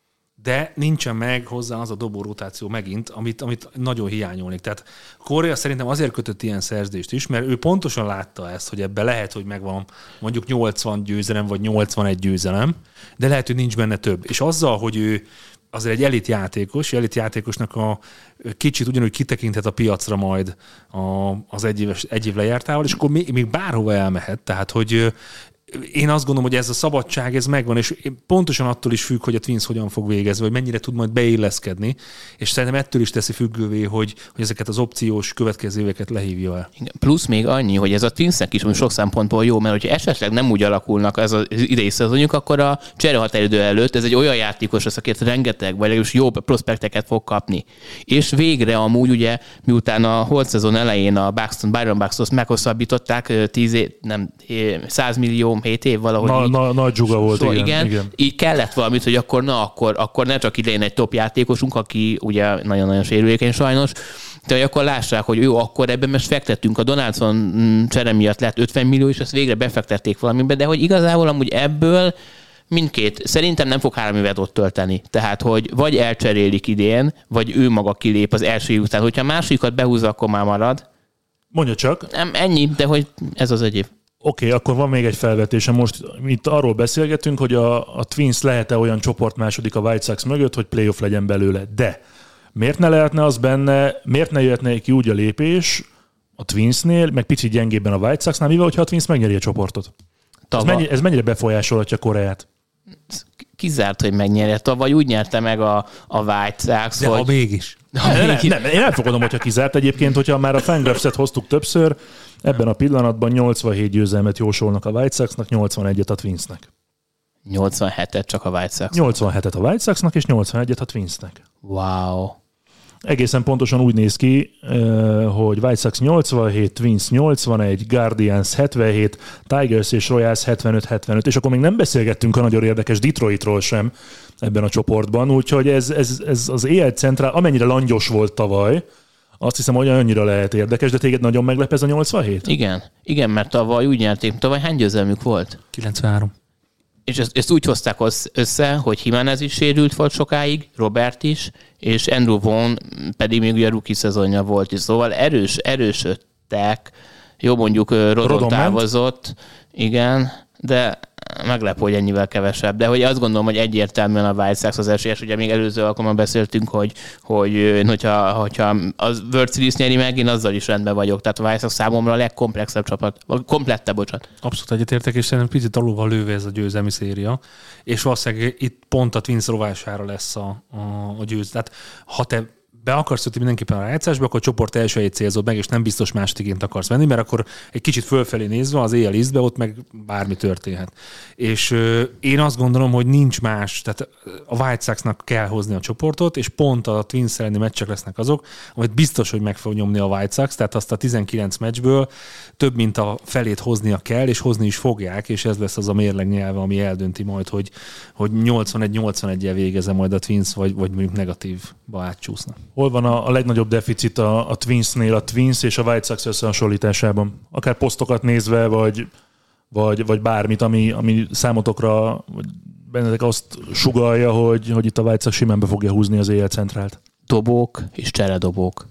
De nincsen meg hozzá az a dobó rotáció megint, amit nagyon hiányolnék. Tehát Korea szerintem azért kötött ilyen szerződést is, mert ő pontosan látta ezt, hogy ebben lehet, hogy megvan mondjuk 80 győzelem, vagy 81 győzelem, de lehet, hogy nincs benne több. És azzal, hogy ő azért egy elitjátékosnak a kicsit ugyanúgy kitekinthet a piacra majd az egy év lejártával, és akkor még bárhova elmehet. Tehát, hogy én azt gondolom, hogy ez a szabadság, ez megvan, és pontosan attól is függ, hogy a Twins hogyan fog végezni, vagy mennyire tud majd beilleszkedni, és szerintem ettől is teszi függővé, hogy ezeket az opciós következő éveket lehívja el. Plusz még annyi, hogy ez a Twinsnek is sok szempontból jó, mert hogyha esetleg nem úgy alakulnak ez az idei szezonjuk, akkor a cserehatáridő előtt ez egy olyan játékos lesz, akit rengeteg, vagy legalábbis jó prospekteket fog kapni. És végre amúgy ugye, miután a holt szezon elején a Byron Buxtot meghosszabbították 100 millió 7 év valahogy. Nagy zsuga volt, szóval igen. Így kellett valamit, hogy akkor ne csak idején egy top játékosunk, aki ugye nagyon-nagyon sérülékeny sajnos, de hogy akkor lássák, hogy jó, akkor ebben most fektettünk. A Donaldson csere miatt lett 50 millió, és ezt végre befektették valamibe, de hogy igazából amúgy ebből mindkét, szerintem nem fog 3 évet ott tölteni. Tehát, hogy vagy elcserélik idén, vagy ő maga kilép az első év után. Hogyha a másodikat behúzza, akkor már marad. Mondja csak. Nem, ennyi, de hogy ez az egy év. Oké, akkor van még egy felvetésem. Most itt arról beszélgetünk, hogy a Twins lehet-e olyan csoport második a White Sox mögött, hogy playoff legyen belőle. De miért ne lehetne az benne, miért ne jöhetne ki úgy a lépés a Twinsnél, meg picit gyengébben a White Soxnál, mivel hogyha a Twins megnyeri a csoportot? Ez mennyire befolyásolhatja Koreát? Kizárt, hogy megnyerje. Tavaly úgy nyerte meg a White Sox, de hogy... ha mégis. Nem, én elfogadom, hogyha kizárt egyébként, hogyha már a Fangraphs-et hoztuk többször, ebben a pillanatban 87 győzelmet jósolnak a White Soxnak, 81-et a Twinsnek. 87-et csak a White Sox. 87-et a White Soxnak, és 81-et a Twinsnek. Wow. Egészen pontosan úgy néz ki, hogy White Sox 87, Twins 81, Guardians 77, Tigers és Royals 75-75, és akkor még nem beszélgettünk a nagyon érdekes Detroitról sem ebben a csoportban, úgyhogy ez az AL Central, amennyire langyos volt tavaly, azt hiszem, hogy annyira lehet érdekes, de téged nagyon meglep ez a 87? Igen, mert tavaly úgy nyerték. Tavaly hány győzelmük volt? 93. És ezt úgy hozták össze, hogy Jimenez is sérült volt sokáig, Robert is, és Andrew Vaughn pedig még ugye rookie szezonja volt is. Szóval erősödtek. Jó, mondjuk Rodon távozott, igen, de Meglepő, hogy ennyivel kevesebb, de hogy azt gondolom, hogy egyértelműen a White Sox az esélyes, ugye még előző alkalommal beszéltünk, hogyha az World Series nyeri meg, én azzal is rendben vagyok. Tehát a White Sox számomra a legkomplexebb csapat, komplettebb, bocsánat. Abszolút egyetértek, és szerintem picit alul van lőve ez a győzelmi széria, és valószínűleg itt pont a Twins rovására lesz a győz. Tehát ha te be akarsz jutni mindenképpen a rájátszásba, akkor a csoport első helyét célzod meg, és nem biztos másodiként akarsz venni, mert akkor egy kicsit fölfelé nézve az AL Eastbe ott meg bármi történhet. És én azt gondolom, hogy nincs más, tehát a White Soxnak kell hozni a csoportot, és pont a Twins elleni meccsek lesznek azok, amit biztos, hogy meg fog nyomni a White Sox, tehát azt a 19 meccsből több mint a felét hoznia kell, és hozni is fogják, és ez lesz az a mérleg nyelve, ami eldönti majd, hogy 81-81-jel végezze majd a Twins, vagy mondjuk negatívba átcsúsznak. Hol van a legnagyobb deficit a Twinsnél, a Twins és a White Sox összehasonlításában? Akár posztokat nézve, vagy bármit, ami számotokra, vagy bennetek azt sugallja, hogy itt a White Sox simán be fogja húzni az AL centrált. Dobók és cseredobók.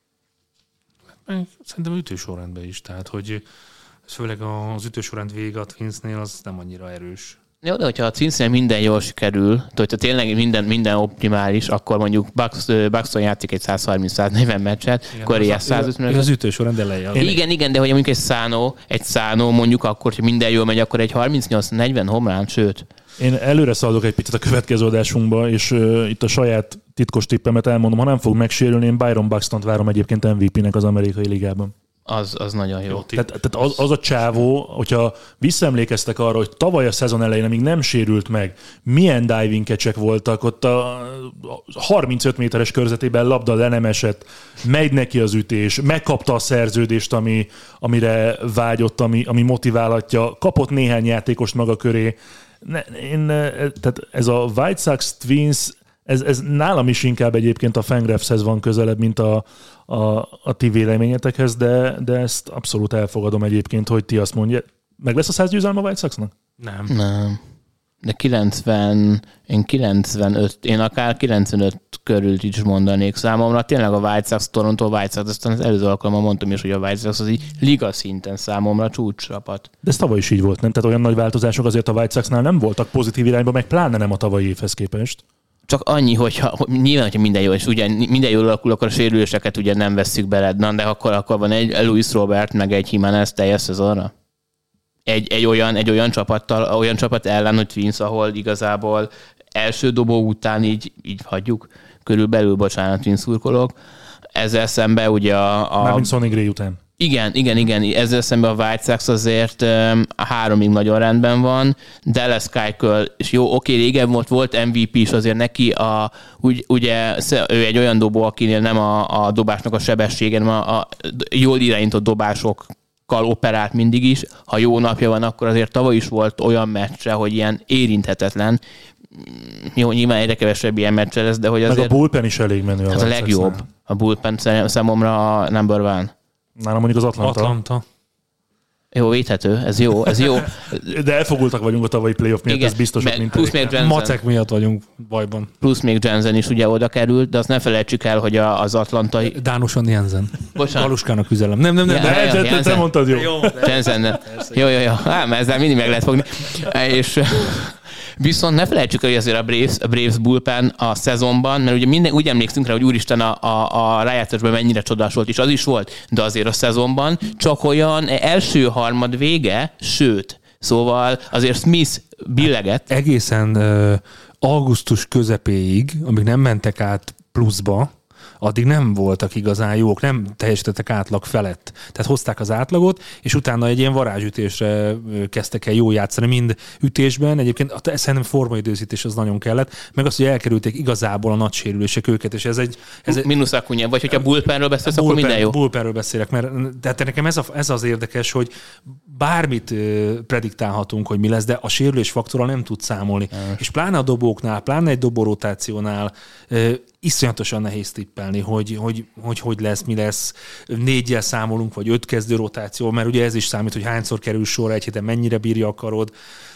Szerintem ütősorrendben is, tehát hogy főleg az ütősorrend vége a Twinsnél az nem annyira erős. Jó, de hogyha a Twinsnél minden jól sikerül, hogyha tényleg minden optimális, akkor mondjuk Buxton játszik egy 130-140 meccset, Correa 150 az ütősorrend eleje. Igen, de hogy mondjuk egy Szánó mondjuk akkor, hogy minden jól megy, akkor egy 38-40 homlán, sőt. Én előre szaladok egy picit a következő adásunkba, és itt a saját titkos tippemet elmondom, ha nem fog megsérülni, én Byron Buxtont várom egyébként MVP-nek az amerikai ligában. Az nagyon jó. Tehát az a csávó, hogyha visszaemlékeztek arra, hogy tavaly a szezon elején, amíg nem sérült meg, milyen diving catch-ek voltak, ott a 35 méteres körzetében labda le nem esett, megy neki az ütés, megkapta a szerződést, amire vágyott, ami motiválhatja, kapott néhány játékost maga köré. Tehát ez a White Sox Twins, ez nálam is inkább egyébként a Fangraphshez van közelebb, mint a ti véleményetekhez, de ezt abszolút elfogadom egyébként, hogy ti azt mondja. Meg lesz a 100 győzelme a White Soxnak? Nem. De 95, én akár 95 körül is mondanék számomra. Tényleg a White Sox, Toronto White Sox, aztán az előző alkalommal mondtam is, hogy a White Sox az így liga szinten számomra csúcscsapat. De ez tavaly is így volt, nem? Tehát olyan nagy változások azért a White Soxnál nem voltak pozitív irányba, meg pláne nem a tavalyi évhez képest. Csak annyi, hogy nyilván, hogyha minden jó, és ugye minden jól alakul, akkor a sérüléseket ugye nem vesszük bele, de akkor van egy Luis Robert, meg egy Jimenez teljes szezonra. Egy olyan csapat ellen, hogy Twins, ahol igazából első dobó után így hagyjuk, körülbelül, bocsánat, Twins szurkolók. Ezzel szemben ugye Mármint Sonny Gray után. Igen. Ezzel szemben a White Sox azért a 3-ig nagyon rendben van. Dallas Keuchel, és jó, oké, régen volt MVP is, azért neki ugye ő egy olyan dobó, akinél nem a dobásnak a sebessége, hanem a jól irányított dobásokkal operált mindig is. Ha jó napja van, akkor azért tavaly is volt olyan meccse, hogy ilyen érinthetetlen. Jó, nyilván egyre kevesebb ilyen meccse lesz, de hogy azért... Meg a bullpen is elég menő. Ez a legjobb. A bullpen számomra a number one. Nálam mondjuk az Atlanta. Jó, védhető, ez jó. De elfogultak vagyunk a tavalyi playoff miatt, ez biztos, mint Macek miatt vagyunk bajban. Plusz még Jensen is ugye oda került, de azt ne felejtsük el, hogy az atlantai... Dánosan Jensen. Galuskának üzelem. Nem. Te mondtad, jó. Jensen. Jó. Mert ezzel mindig meg lehet fogni. És... Viszont ne felejtsük el, hogy azért a Braves bullpen a szezonban, mert ugye úgy emlékszünk rá, hogy úristen a rájátszásban mennyire csodás volt, és az is volt, de azért a szezonban csak olyan első harmad vége, sőt, szóval azért Smith billegett. Egészen augusztus közepéig, amíg nem mentek át pluszba, addig nem voltak igazán jók, nem teljesítettek átlag felett. Tehát hozták az átlagot, és utána egy ilyen varázsütésre kezdtek el jól játszani, mind ütésben. Egyébként szerintem formaidőzítés az nagyon kellett, meg az, hogy elkerülték igazából a nagy sérülések őket, és ez egy mínusz Acuna, vagy hogyha bullpenről beszélsz, akkor minden jó. Bullpenről beszélek, mert tehát nekem ez az érdekes, hogy bármit prediktálhatunk, hogy mi lesz, de a sérülés faktorral nem tud számolni. És pláne a dobóknál, pláne egy dobórotációnál iszonyatosan nehéz tippelni, hogy lesz, mi lesz. 4-jel számolunk, vagy 5 kezdő rotáció, mert ugye ez is számít, hogy hányszor kerül sorra egy héten, mennyire bírja a karod.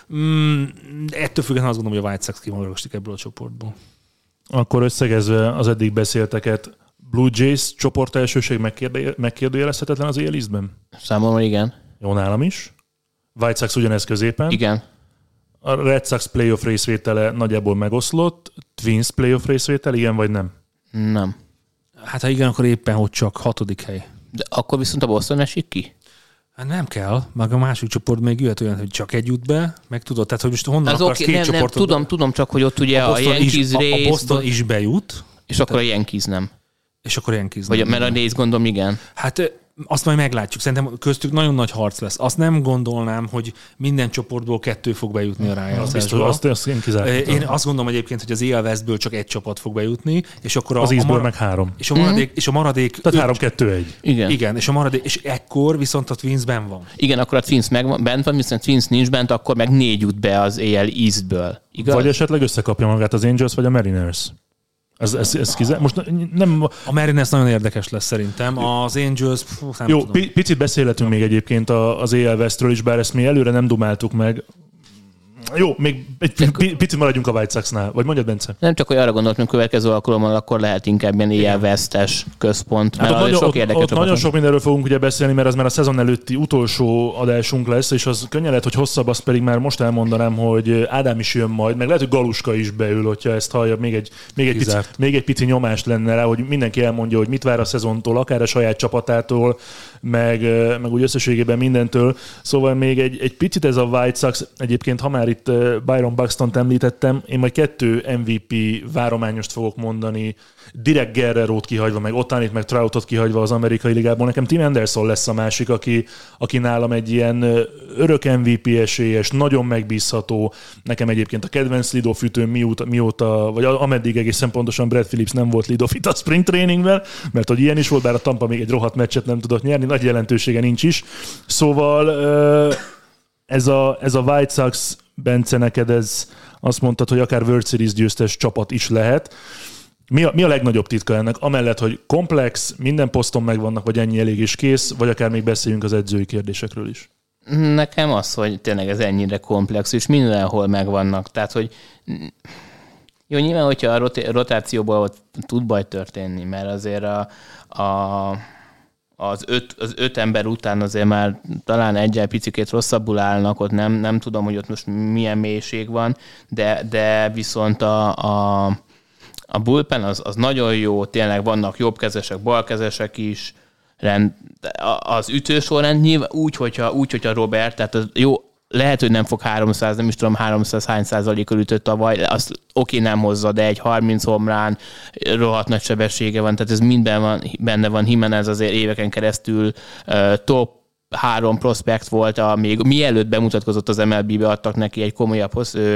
Ettől függően azt gondolom, hogy a White Sox kimagaslik ebből a csoportból. Akkor összegezve az eddig beszélteket, Blue Jays csoport elsőség megkérdőjelezhetetlen az AL Eastben? Számomra igen. Jó, nálam is. White Sox ugyanez középen. Igen. A Red Sox playoff részvétele nagyjából megoszlott. Twins playoff részvétel, igen vagy nem? Nem. Hát ha igen, akkor éppen hogy csak 6. hely. De akkor viszont a Boston esik ki? Hát nem kell, meg a másik csoport még jöhet olyan, hogy csak egy jut be, meg tudod, tehát hogy most honnan Az akarsz oké, két csoportot... nem, tudom, csak hogy ott ugye a Yankees rész... A Boston is bejut. És akkor a Yankees nem. És akkor Yankees Vagy mert a néz gondolom, igen. Hát azt majd meglátjuk. Szerintem köztük nagyon nagy harc lesz. Azt nem gondolnám, hogy minden csoportból 2 fog bejutni a rájátszásba. Azt én kizártam. Én azt gondolom egyébként, hogy az AL Westből csak egy csapat fog bejutni, és akkor az Eastből meg 3. És a maradék tehát 3-2-1. Igen, és a maradék, és ekkor viszont a Twins benn van. Igen, akkor a Twins bent van, viszont a Twins nincs bent, akkor meg 4 jut be az AL Eastből. Igaz? Vagy esetleg összekapja magát az Angels vagy a Mariners. Most nem... A Mariners nagyon érdekes lesz szerintem. Az Angels... nem jó, tudom. Picit beszélhetünk még egyébként az AL Westről is, bár ezt mi előre nem dumáltuk meg. Jó, még egy picit maradjunk a White Sox-nál. Vagy mondjad, Bence? Nem csak, hogy arra gondoltam, hogy következő alkalommal akkor lehet inkább ilyen AL West-es központ, mert hát sok érdekes nagyon sok mindenről fogunk ugye beszélni, mert az már a szezon előtti utolsó adásunk lesz, és az könnyen lehet, hogy hosszabb, azt pedig már most elmondanám, hogy Ádám is jön majd, meg lehet, hogy Galuska is beül, hogyha ezt hallja, még egy pici nyomást lenne rá, hogy mindenki elmondja, hogy mit vár a szezontól, akár a saját csapatától, meg úgy összességében mindentől. Szóval még egy picit ez a White Sox, egyébként ha már itt Byron Buxtont említettem, én majd 2 MVP várományost fogok mondani, direkt Guerrerót kihagyva, meg Otanit, meg Troutot kihagyva az amerikai ligából. Nekem Tim Anderson lesz a másik, aki nálam egy ilyen örök MVP esélyes, nagyon megbízható. Nekem egyébként a kedvenc lead-off ütőm mióta, vagy ameddig egészen pontosan Brad Phillips nem volt lead-off itt a spring trainingben, mert hogy ilyen is volt, bár a Tampa még egy rohadt meccset nem tudott nyerni, nagy jelentősége nincs is. Szóval ez a White Sox, Bence, neked ez azt mondtad, hogy akár World Series győztes csapat is lehet. Mi a legnagyobb titka ennek? Amellett, hogy komplex, minden poszton megvannak, vagy ennyi elég is kész, vagy akár még beszéljünk az edzői kérdésekről is. Nekem az, hogy tényleg ez ennyire komplex, és mindenhol megvannak. Tehát, hogy jó, nyilván, hogyha a rotációból tud baj történni, mert azért az öt ember után azért már talán egyel picikét rosszabbul állnak, ott nem tudom, hogy ott most milyen mélység van, de viszont a bullpen az nagyon jó, tényleg vannak jobbkezesek, balkezesek is, az ütősorrend nyilván úgy, hogyha Robert, tehát az jó, lehet, hogy nem fog 300, nem is tudom 300 hány százalékkal ütött tavaly, azt oké, nem hozza, de egy 30 homrán rohadt nagy sebessége van, tehát ez minden benne van. Jimenez azért éveken keresztül top 3 prospekt volt, még mielőtt bemutatkozott az MLB-be, adtak neki egy komolyabb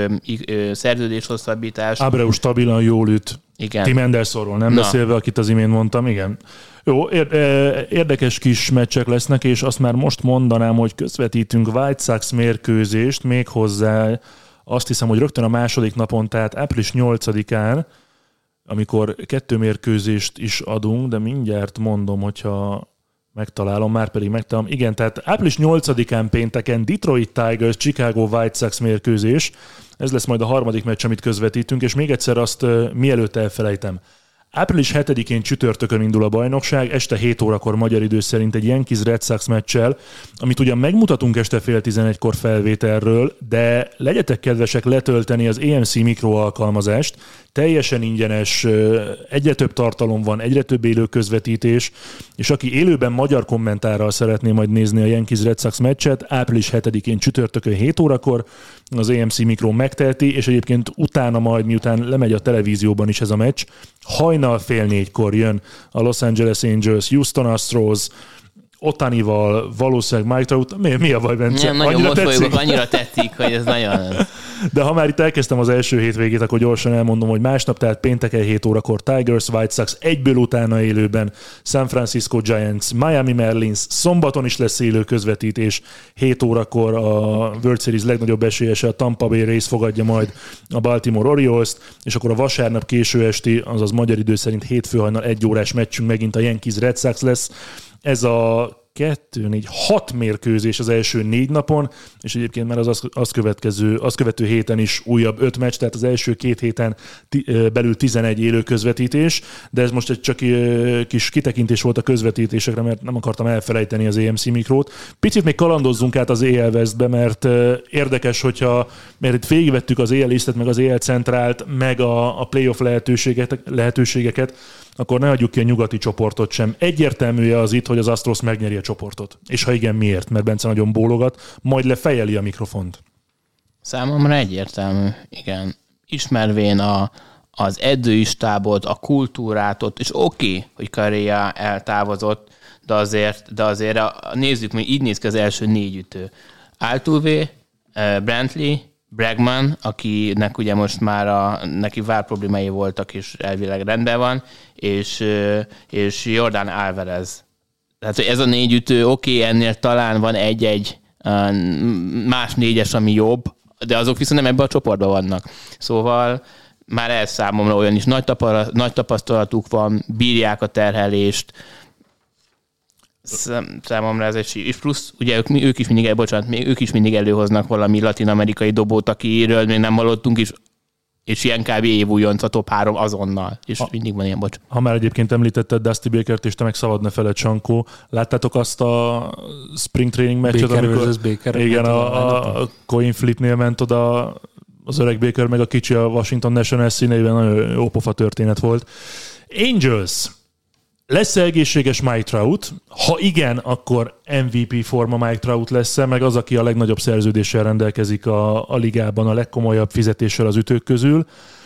szerződéshosszabbítást. Abreu stabilan jól üt. Igen. Tim Andersonról nem beszélve, akit az imént mondtam, igen. Jó, érdekes kis meccsek lesznek, és azt már most mondanám, hogy közvetítünk White Sox mérkőzést, méghozzá azt hiszem, hogy rögtön a második napon, tehát április 8-án, amikor 2 mérkőzést is adunk, de mindjárt mondom, hogyha megtalálom, már pedig megtalálom. Igen, tehát április 8-án pénteken Detroit Tigers, Chicago White Sox mérkőzés. Ez lesz majd a harmadik meccs, amit közvetítünk, és még egyszer azt mielőtt elfelejtem. Április 7-én csütörtökön indul a bajnokság, este 7 órakor magyar idő szerint egy Yankees Red Sox meccsel, amit ugyan megmutatunk este fél 11-kor felvételről, de legyetek kedvesek letölteni az AMC Micro alkalmazást, teljesen ingyenes, egyre több tartalom van, egyre több élő közvetítés, és aki élőben magyar kommentárral szeretné majd nézni a Yankees Red Sox meccset, április 7-én csütörtökön 7 órakor az AMC Micro megteheti, és egyébként utána majd, miután lemegy a televízióban is ez a meccs, hajnal fél 4-kor jön a Los Angeles Angels, Houston Astros, Otanival, valószínűleg Mike Trout. Mi a baj, Bence? Nagyon mosolygok, annyira tetszik, hogy ez nagyon... De ha már itt elkezdtem az első hétvégét, akkor gyorsan elmondom, hogy másnap, tehát pénteken 7 órakor Tigers, White Sox, egyből utána élőben San Francisco Giants, Miami Marlins, szombaton is lesz élő közvetítés, 7 órakor a World Series legnagyobb esélyese, a Tampa Bay Rays fogadja majd a Baltimore Orioles-t, és akkor a vasárnap késő esti, azaz magyar idő szerint hétfő hajnal 1 órás meccsünk megint a Yankees Red Sox lesz. Ez a 6 mérkőzés az első 4 napon, és egyébként már az követő héten is újabb 5 meccs, tehát az első 2 héten belül 11 élő közvetítés, de ez most egy csak kis kitekintés volt a közvetítésekre, mert nem akartam elfelejteni az EMC mikrót. Picit még kalandozzunk át az EL Westbe, mert érdekes, mert itt végigvettük az EL Eastet, meg az EL Centrált, meg a playoff lehetőségeket, akkor ne adjuk ki a nyugati csoportot sem. Egyértelmű az itt, hogy az Astros megnyeri a csoportot. És ha igen, miért? Mert Bence nagyon bólogat, majd lefejeli a mikrofont. Számomra egyértelmű, igen. Ismervén az edzői stábot, a kultúrát ott, és oké, hogy Correa eltávozott, de azért nézzük, hogy így néz ki az első 4 ütő. Altuve, Brantley, Bregman, akinek ugye most már neki vár problémái voltak, és elvileg rendben van, és Jordan Alvarez. Tehát, hogy ez a 4 ütő, oké, ennél talán van egy más 4-es, ami jobb, de azok viszont nem ebben a csoportban vannak. Szóval már ez számomra olyan is. Nagy tapasztalatuk van, bírják a terhelést, számomra ez egy és plusz, ugye ők is mindig előhoznak valami latin-amerikai dobót, akiről még nem hallottunk, és ilyen kb. Évújonc a top 3 azonnal, és mindig van ilyen, bocs. Ha már egyébként említetted Dusty Bakert, és te meg szabad ne feled, Sankó, láttátok azt a spring training meccset, Baker, igen, a coin flipnél ment oda az öreg Baker, meg a kicsi a Washington Nationals színeiben, nagyon jó pofa történet volt. Angels. Lesz-e egészséges Mike Trout? Ha igen, akkor MVP forma Mike Trout lesz-e, meg az, aki a legnagyobb szerződéssel rendelkezik a ligában, a legkomolyabb fizetéssel az ütők közül.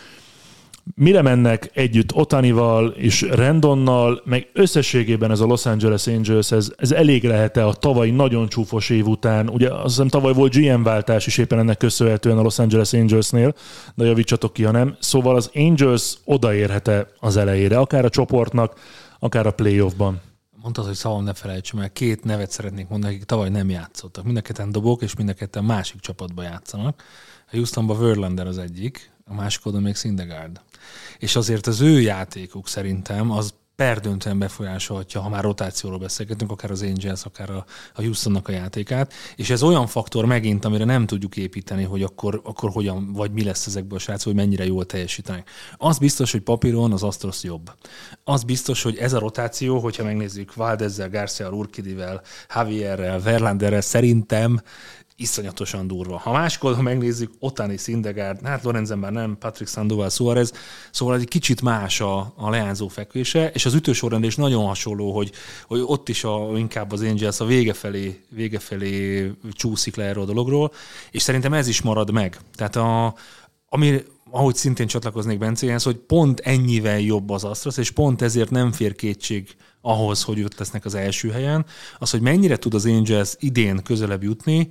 Mire mennek együtt Otanival és Rendonnal, meg összességében ez a Los Angeles Angels, ez elég lehet-e a tavalyi nagyon csúfos év után? Ugye azt hiszem tavaly volt GM-váltás is éppen ennek köszönhetően a Los Angeles Angelsnél, de javítsatok ki, ha nem. Szóval az Angels odaérhet-e az elejére, akár a csoportnak, akár a playoffban. Mondtad, hogy szavam ne felejtsem, mert 2 nevet szeretnék mondani, akik tavaly nem játszottak. Mind a ketten dobók, és mind a ketten másik csapatban játszanak. A Houstonban Verlander az egyik, a másik oda még Syndergaard. És azért az ő játékuk szerintem az perdöntően befolyásolhatja, ha már rotációról beszélgetünk, akár az Angels, akár a Houstonnak a játékát, és ez olyan faktor megint, amire nem tudjuk építeni, hogy akkor hogyan, vagy mi lesz ezekből a srácok, hogy mennyire jól teljesítenek. Az biztos, hogy papíron az Astros jobb. Az biztos, hogy ez a rotáció, hogyha megnézzük Valdezzel, Garcia, Urquidyvel, Javierrel, Verlanderrel, szerintem iszonyatosan durva. Ha máskor megnézzük, Otani, Syndergaard, hát Lorenzen már nem, Patrick Sandoval, Suarez, szóval egy kicsit más a leányzó fekvése, és az ütősorrend is nagyon hasonló, hogy ott is inkább az Angels a vége felé csúszik le erről a dologról, és szerintem ez is marad meg. Tehát ahogy szintén csatlakoznék Bencéhez, hogy pont ennyivel jobb az Astros, és pont ezért nem fér kétség ahhoz, hogy ott lesznek az első helyen. Az, hogy mennyire tud az Angels idén közelebb jutni,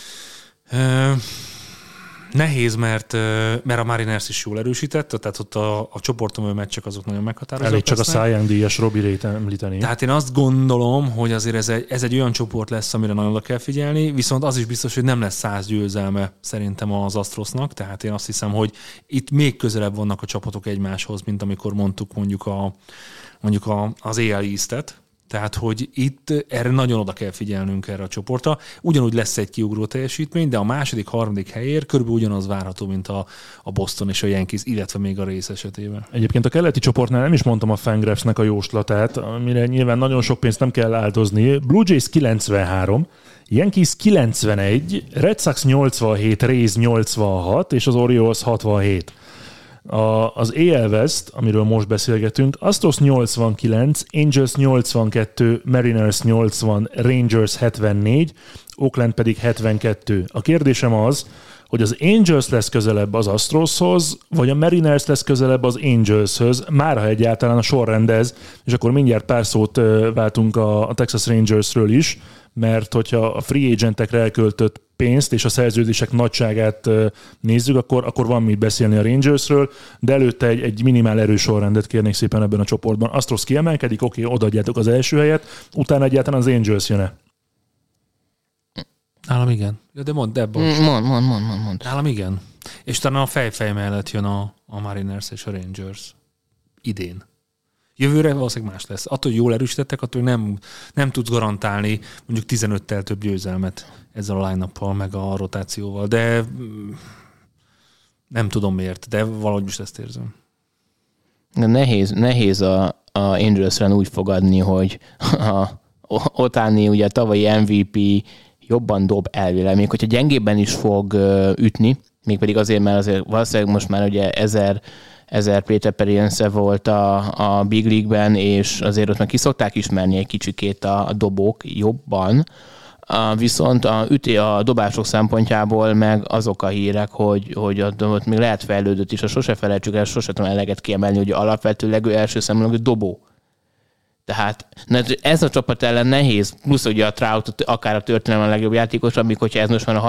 nehéz, mert a Mariners is jól erősített, tehát ott a csoportomő meccsek azok nagyon meghatározóak. Elég csak lesznek. A Cy Young díjas Robbie-t említeni. Tehát én azt gondolom, hogy azért ez egy olyan csoport lesz, amire nagyon oda kell figyelni, viszont az is biztos, hogy nem lesz 100 győzelme szerintem az Astrosnak, tehát én azt hiszem, hogy itt még közelebb vannak a csapatok egymáshoz, mint amikor mondjuk az AL East-et. Tehát, hogy itt erre nagyon oda kell figyelnünk erre a csoportra. Ugyanúgy lesz egy kiugró teljesítmény, de a második, harmadik helyér körülbelül ugyanaz várható, mint a Boston és a Yankees, illetve még a Rays esetében. Egyébként a keleti csoportnál nem is mondtam a Fangraphsnek a jóslatát, amire nyilván nagyon sok pénzt nem kell áldozni. Blue Jays 93, Yankees 91, Red Sox 87, Rays 86, és az Orioles 67. Az AL West, amiről most beszélgetünk, Astros 89, Angels 82, Mariners 80, Rangers 74, Oakland pedig 72. A kérdésem az, hogy az Angels lesz közelebb az Astroshoz, vagy a Mariners lesz közelebb az Angelshöz, már ha egyáltalán a sorrendez, és akkor mindjárt pár szót váltunk a Texas Rangersről is, mert hogyha a free agentekre elköltött pénzt és a szerződések nagyságát nézzük, akkor van mit beszélni a Rangersről, de előtte egy minimál erős sorrendet kérnék szépen ebben a csoportban. Astros kiemelkedik, oké, odaadjátok az első helyet, utána egyáltalán az Angels jön-e? Nálam igen. Ja, de mondd, Mond. Nálam igen. És talán a fejfej mellett jön a Mariners és a Rangers idén. Jövőre valószínűleg más lesz. Attól, hogy jól erősítettek, attól nem tudsz garantálni mondjuk 15-tel több győzelmet ezzel a line-uppal, meg a rotációval, de nem tudom miért, de valahogy is ezt érzem. Nehéz a Angels-en úgy fogadni, hogy a Ohtani, ugye a tavalyi MVP jobban dob elvileg, még hogyha gyengébben is fog ütni, mégpedig azért, mert azért valószínűleg most már ugye 1000 plate appearance volt a Big League-ben, és azért ott meg ki szokták ismerni egy kicsikét a dobók jobban, viszont a dobások szempontjából meg azok a hírek, hogy ott még lehet fejlődött is, sose felejtsük el, sose tudom eleget kiemelni, hogy alapvetőleg ő első szemben dobó. Tehát ez a csapat ellen nehéz, plusz ugye a Trout akár a történelem a legjobb játékos, amikor hogyha ez most már a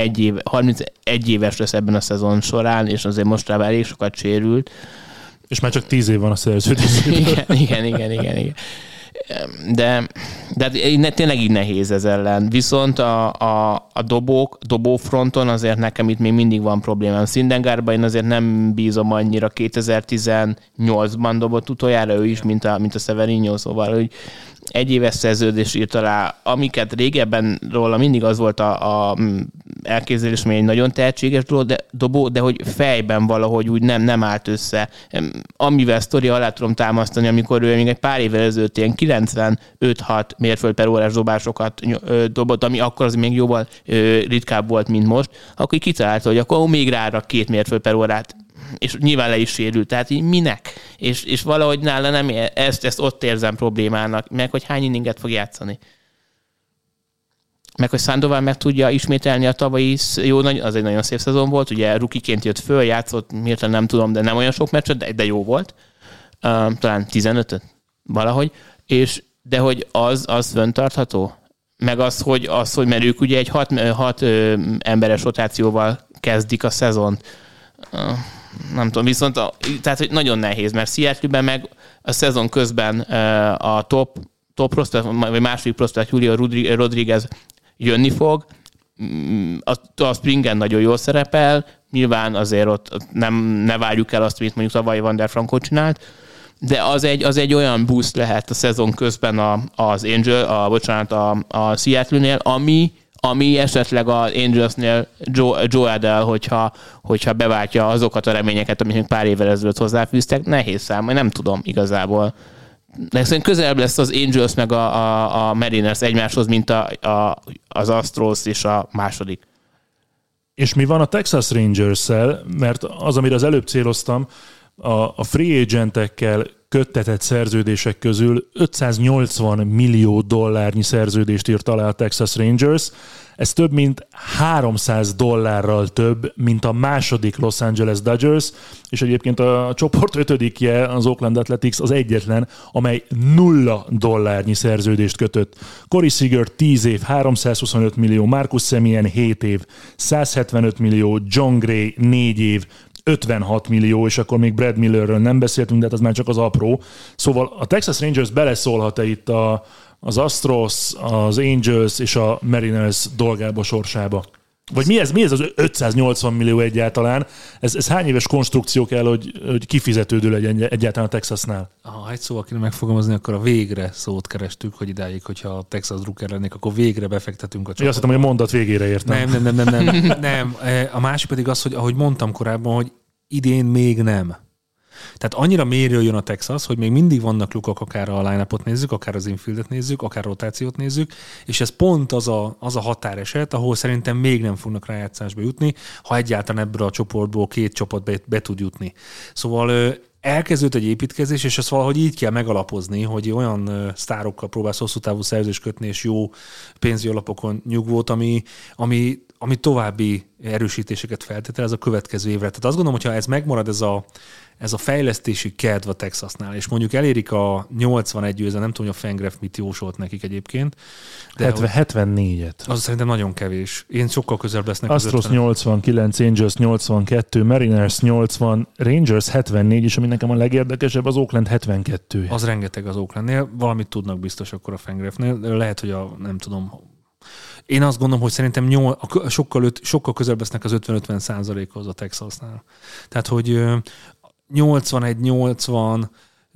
31 éves lesz ebben a szezon során, és azért mostanában elég sokat sérült. És már csak 10 év van a szerződésében. Igen. De tényleg így nehéz ez ellen. Viszont a dobófronton azért nekem itt még mindig van problémám. Syndergaardban én azért nem bízom annyira, 2018-ban dobott utoljára ő is, mint a Severino, szóval hogy egy éves szerződést írt alá, amiket régebben róla mindig az volt a elképzelés, hogy egy nagyon tehetséges dobó, de hogy fejben valahogy úgy nem állt össze. Amivel sztori alá tudom támasztani, amikor ő még egy pár évvel ezelőtt ilyen 95-6 mérföld per órás dobásokat dobott, ami akkor az még jóval ritkább volt, mint most, akkor kitalálta, hogy akkor még rárak 2 mérföld per órát, és nyilván le is sérült, tehát így minek? És valahogy nála nem ezt ott érzem problémának, meg hogy hány inninget fog játszani. Meg hogy Sandoval meg tudja ismételni a tavalyi jó, az egy nagyon szép szezon volt, ugye rukiként jött föl, játszott, miért nem tudom, de nem olyan sok meccset, de jó volt. Talán 15-öt valahogy, de hogy az fenntartható? Meg az, hogy mert ők ugye egy 6 emberes rotációval kezdik a szezont. Nem tudom, viszont tehát, hogy nagyon nehéz, mert Seattle-ben meg a szezon közben a top prospect, vagy második prospect Julio Rodriguez jönni fog, a Springen nagyon jól szerepel, nyilván azért ott ne várjuk el azt, amit mondjuk tavaly Wander Franco csinált, de az egy olyan boost lehet a szezon közben a Seattle-nél, ami esetleg az Angelsnél Joe Adele, hogyha beváltja azokat a reményeket, amit még pár évvel ezelőtt hozzáfűztek, nehéz számolni, nem tudom igazából. De szerintem közelebb lesz az Angels meg a Mariners egymáshoz, mint az Astros és a második. És mi van a Texas Rangers-szel? Mert az, amire az előbb céloztam, a free agentekkel köttetett szerződések közül $580 millió szerződést írt alá a Texas Rangers. Ez több mint $300 több, mint a második Los Angeles Dodgers, és egyébként a csoport 5-je, az Oakland Athletics az egyetlen, amely $0 szerződést kötött. Corey Seager 10 év, $325 millió, Marcus Semien 7 év, $175 millió, John Gray 4 év, $56 millió, és akkor még Brad Millerről nem beszéltünk, de hát az már csak az apró. Szóval a Texas Rangers beleszólhat-e itt az Astros, az Angels és a Mariners dolgába, sorsába? Vagy mi ez az 580 millió egyáltalán? Ez hány éves konstrukció kell, hogy kifizetődő legyen egyáltalán a Texasnál? Ha egy szóval kéne megfogalmazni, akkor a végre szót kerestük, hogy idáig, hogyha a Texas Drucker lennék, akkor végre befektetünk a csapatba. Azt hittem, hogy a mondat végére értem. Nem. A másik pedig az, hogy ahogy mondtam korábban, hogy idén még nem. Tehát annyira mélyről jön a Texas, hogy még mindig vannak lukak, akár a line-upot nézzük, akár az infieldet nézzük, akár a rotációt nézzük, és ez pont az a határeset, ahol szerintem még nem fognak rájátszásba jutni, ha egyáltalán ebből a csoportból 2 csapat be tud jutni. Szóval elkezdődött egy építkezés, és ezt valahogy így kell megalapozni, hogy olyan sztárokkal próbálsz hosszú távú szerződést kötni, és jó pénzügyi alapokon nyugvót, ami további erősítéseket feltételez a következő évre. Tehát azt gondolom, hogyha ez megmarad, ez a fejlesztési kedv a Texasnál, és mondjuk elérik a 81 győzelmet, nem tudom, hogy a Fangraph mit jósolt nekik egyébként. De 74-et. Az szerintem nagyon kevés. Én sokkal közelebb lesznek. Astros 89, Angels 82, Mariners 80, Rangers 74, és ami nekem a legérdekesebb, az Oakland 72. Az rengeteg az Oaklandnél. Valamit tudnak biztos akkor a Fangraphnél. Lehet, hogy nem tudom. Én azt gondolom, hogy szerintem sokkal közelebb lesznek az 50-50%-hoz a Texasnál. Tehát, hogy 81-80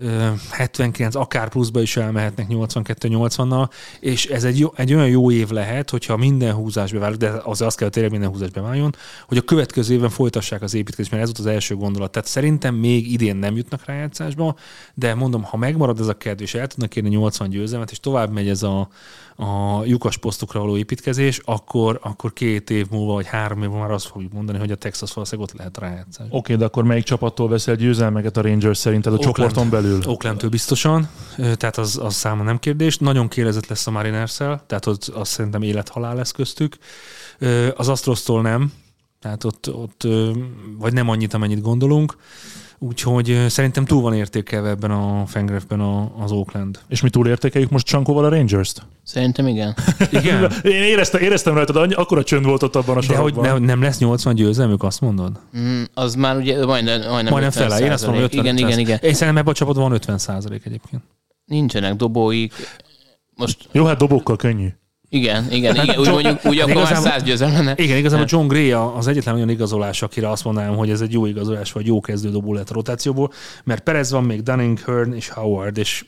79, akár pluszba is elmehetnek 82-80-nal, és ez egy olyan jó év lehet, hogyha minden húzás beválik, de az azt kell, hogy tényleg minden húzás beváljon, hogy a következő évben folytassák az építkezést, mert ez volt az első gondolat. Tehát szerintem még idén nem jutnak rájátszásba, de mondom, ha megmarad ez a kedv, és el tudnak érni 80 győzelmet, és tovább megy ez a lyukas posztokra való építkezés, akkor 2 év múlva, vagy 3 év múlva már azt fogjuk mondani, hogy a Texas valószínűleg ott lehet rájátszás. Oké, de akkor melyik csapattól veszel győzelmeket a Rangers szerinted a csoporton belül? Oaklandtől biztosan, tehát az számomra nem kérdés. Nagyon kérdezett lesz a Mariners-szel, tehát az szerintem élet-halál lesz köztük. Az Astrostól nem, tehát ott vagy nem annyit, amennyit gondolunk. Úgyhogy szerintem túl van értékelve ebben a Fangraphben az Oakland. És mi túlértékeljük most Csankóval a Rangers-t? Szerintem igen. Igen? Én éreztem rajtad, akkora csönd volt ott abban a sorokban. De hogy nem lesz 80 győzelmük, azt mondod? Az már ugye majdnem fele. Én azt mondom, 50. Igen. Én szerintem ebben a csapatban van 50% egyébként. Nincsenek dobóik. Most... Jó, hát dobókkal könnyű. Igen. Úgy mondjuk, úgy akkor már 100 győzelem. Igen, igazából John Gray az egyetlen olyan igazolás, akire azt mondanám, hogy ez egy jó igazolás, vagy jó kezdődobó lett a rotációból, mert Perez van, még Dunning, Hearn és Howard, és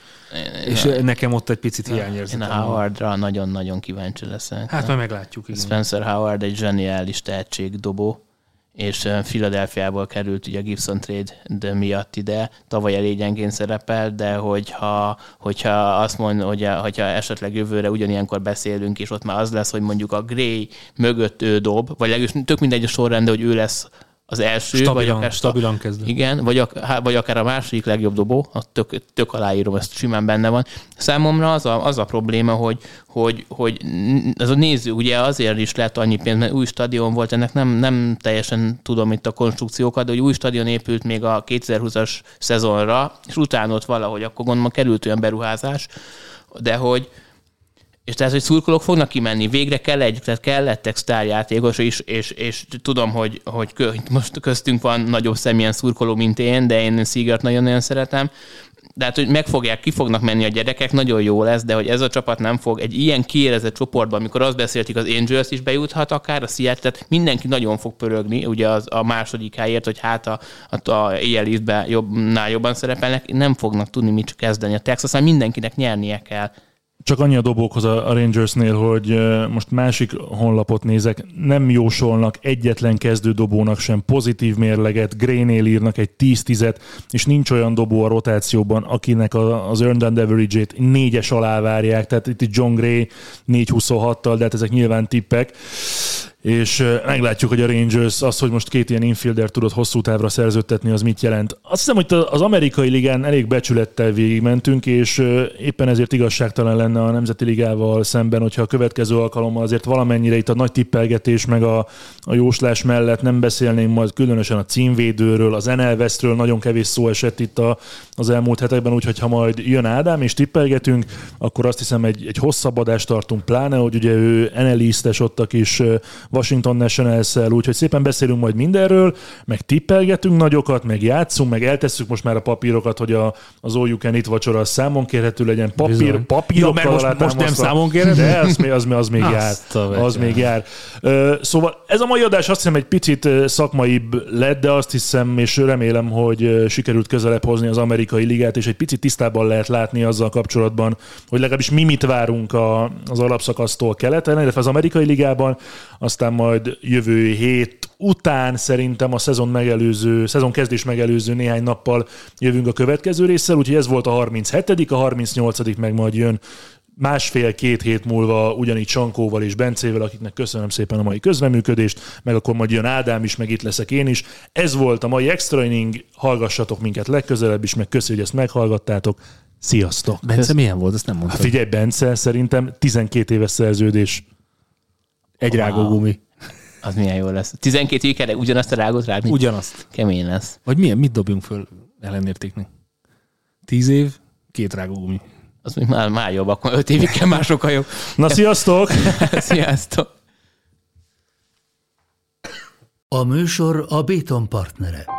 nekem ott egy picit hiányérzetem. Én a Howardra nagyon-nagyon kíváncsi leszek. Hát majd meglátjuk. Igen. Spencer Howard egy zseniális tehetségdobó, és Philadelphiából került ugye a Gibson trade miatt ide, tavaly elég gyengén szerepel, de hogyha azt mondja, hogyha esetleg jövőre ugyanilyenkor beszélünk, és ott már az lesz, hogy mondjuk a Gray mögött ő dob, vagy legalábbis tök mindegy a sorrend, de hogy ő lesz az első, stabilan kezdő. Igen, vagy akár a második legjobb dobó, tök aláírom, ezt simán benne van. Számomra az a probléma, hogy ez a néző ugye azért is lett annyi pénz, mert új stadion volt, ennek nem teljesen tudom itt a konstrukciókat, de hogy új stadion épült még a 2020-as szezonra, és utána ott valahogy akkor gondolom került olyan beruházás, de hogy és tehát, hogy szurkolók fognak kimenni, végre kellettek sztárjátékos, és tudom, hogy most köztünk van nagyobb személyen szurkoló, mint én, de én Seagert nagyon-nagyon szeretem. De hát, hogy ki fognak menni a gyerekek, nagyon jó lesz, de hogy ez a csapat nem fog egy ilyen kiérezett csoportban, amikor azt beszélték, az Angels is bejuthat akár, a Seattle, tehát mindenki nagyon fog pörögni, ugye a második helyért, hogy hát a AL East-ben jobban szerepelnek, nem fognak tudni mit kezdeni. A Texas-nál mindenkinek nyernie kell. Csak annyi a dobókhoz a Rangersnél, hogy most másik honlapot nézek, nem jósolnak egyetlen kezdődobónak sem pozitív mérleget, Graynél írnak egy 10-10-et, és nincs olyan dobó a rotációban, akinek az earned and average-ét 4-es alá várják, tehát itt John Gray 4-26-tal, de hát ezek nyilván tippek, és meglátjuk, hogy a Rangers az, hogy most 2 ilyen infielder tudott hosszú távra szerződtetni, az mit jelent. Azt hiszem, hogy az amerikai ligán elég becsülettel végigmentünk, és éppen ezért igazságtalan lenne a Nemzeti Ligával szemben, hogyha a következő alkalommal azért valamennyire itt a nagy tippelgetés meg a jóslás mellett nem beszélnénk majd különösen a címvédőről, az NL Westről nagyon kevés szó esett itt az elmúlt hetekben, úgyhogy ha majd jön Ádám és tippelgetünk, akkor azt hiszem egy hosszabb adást tartunk, pláne, hogy ugye ő NL East-es ott a kis Washington Nationals-szel, úgyhogy szépen beszélünk majd mindenről, meg tippelgetünk nagyokat, meg játszunk, meg eltesszük most már a papírokat, hogy az All You Can Eat vacsora számon kérhető legyen. Papírokkal ja, most nem számon kérhető? De az még jár. Az még jár. Szóval ez a mai adás azt hiszem egy picit szakmaibb lett, de azt hiszem és remélem, hogy sikerült közelebb hozni az amerikai ligát, és egy picit tisztában lehet látni azzal kapcsolatban, hogy legalábbis mi mit várunk az alapszakasztól keleten, illetve az amerikai ligában, aztán majd jövő hét után szerintem a szezon kezdés megelőző néhány nappal jövünk a következő résszel, úgyhogy ez volt a 37., a 38. meg majd jön 1,5-2 hét múlva ugyanígy Csankóval és Bencével, akiknek köszönöm szépen a mai közreműködést, meg akkor majd jön Ádám is, meg itt leszek én is. Ez volt a mai Extra Inning, hallgassatok minket legközelebb is, meg köszönjük, hogy ezt meghallgattátok. Sziasztok! Bence milyen volt, ezt nem mondtad. Figyelj, Bence, szerintem 12 éves szerződés. Egy rágógumi. Az milyen jó lesz. 12 évig ugyanazt a rágót rágni? Ugyanazt. Kemény lesz. Vagy mit dobjunk föl ellenértéknek? 10 év, 2 rágógumi. Az még már jobb, akkor 5 évig kell, már sokkal jobb. Na, sziasztok! Sziasztok! A műsor a Béton partnere.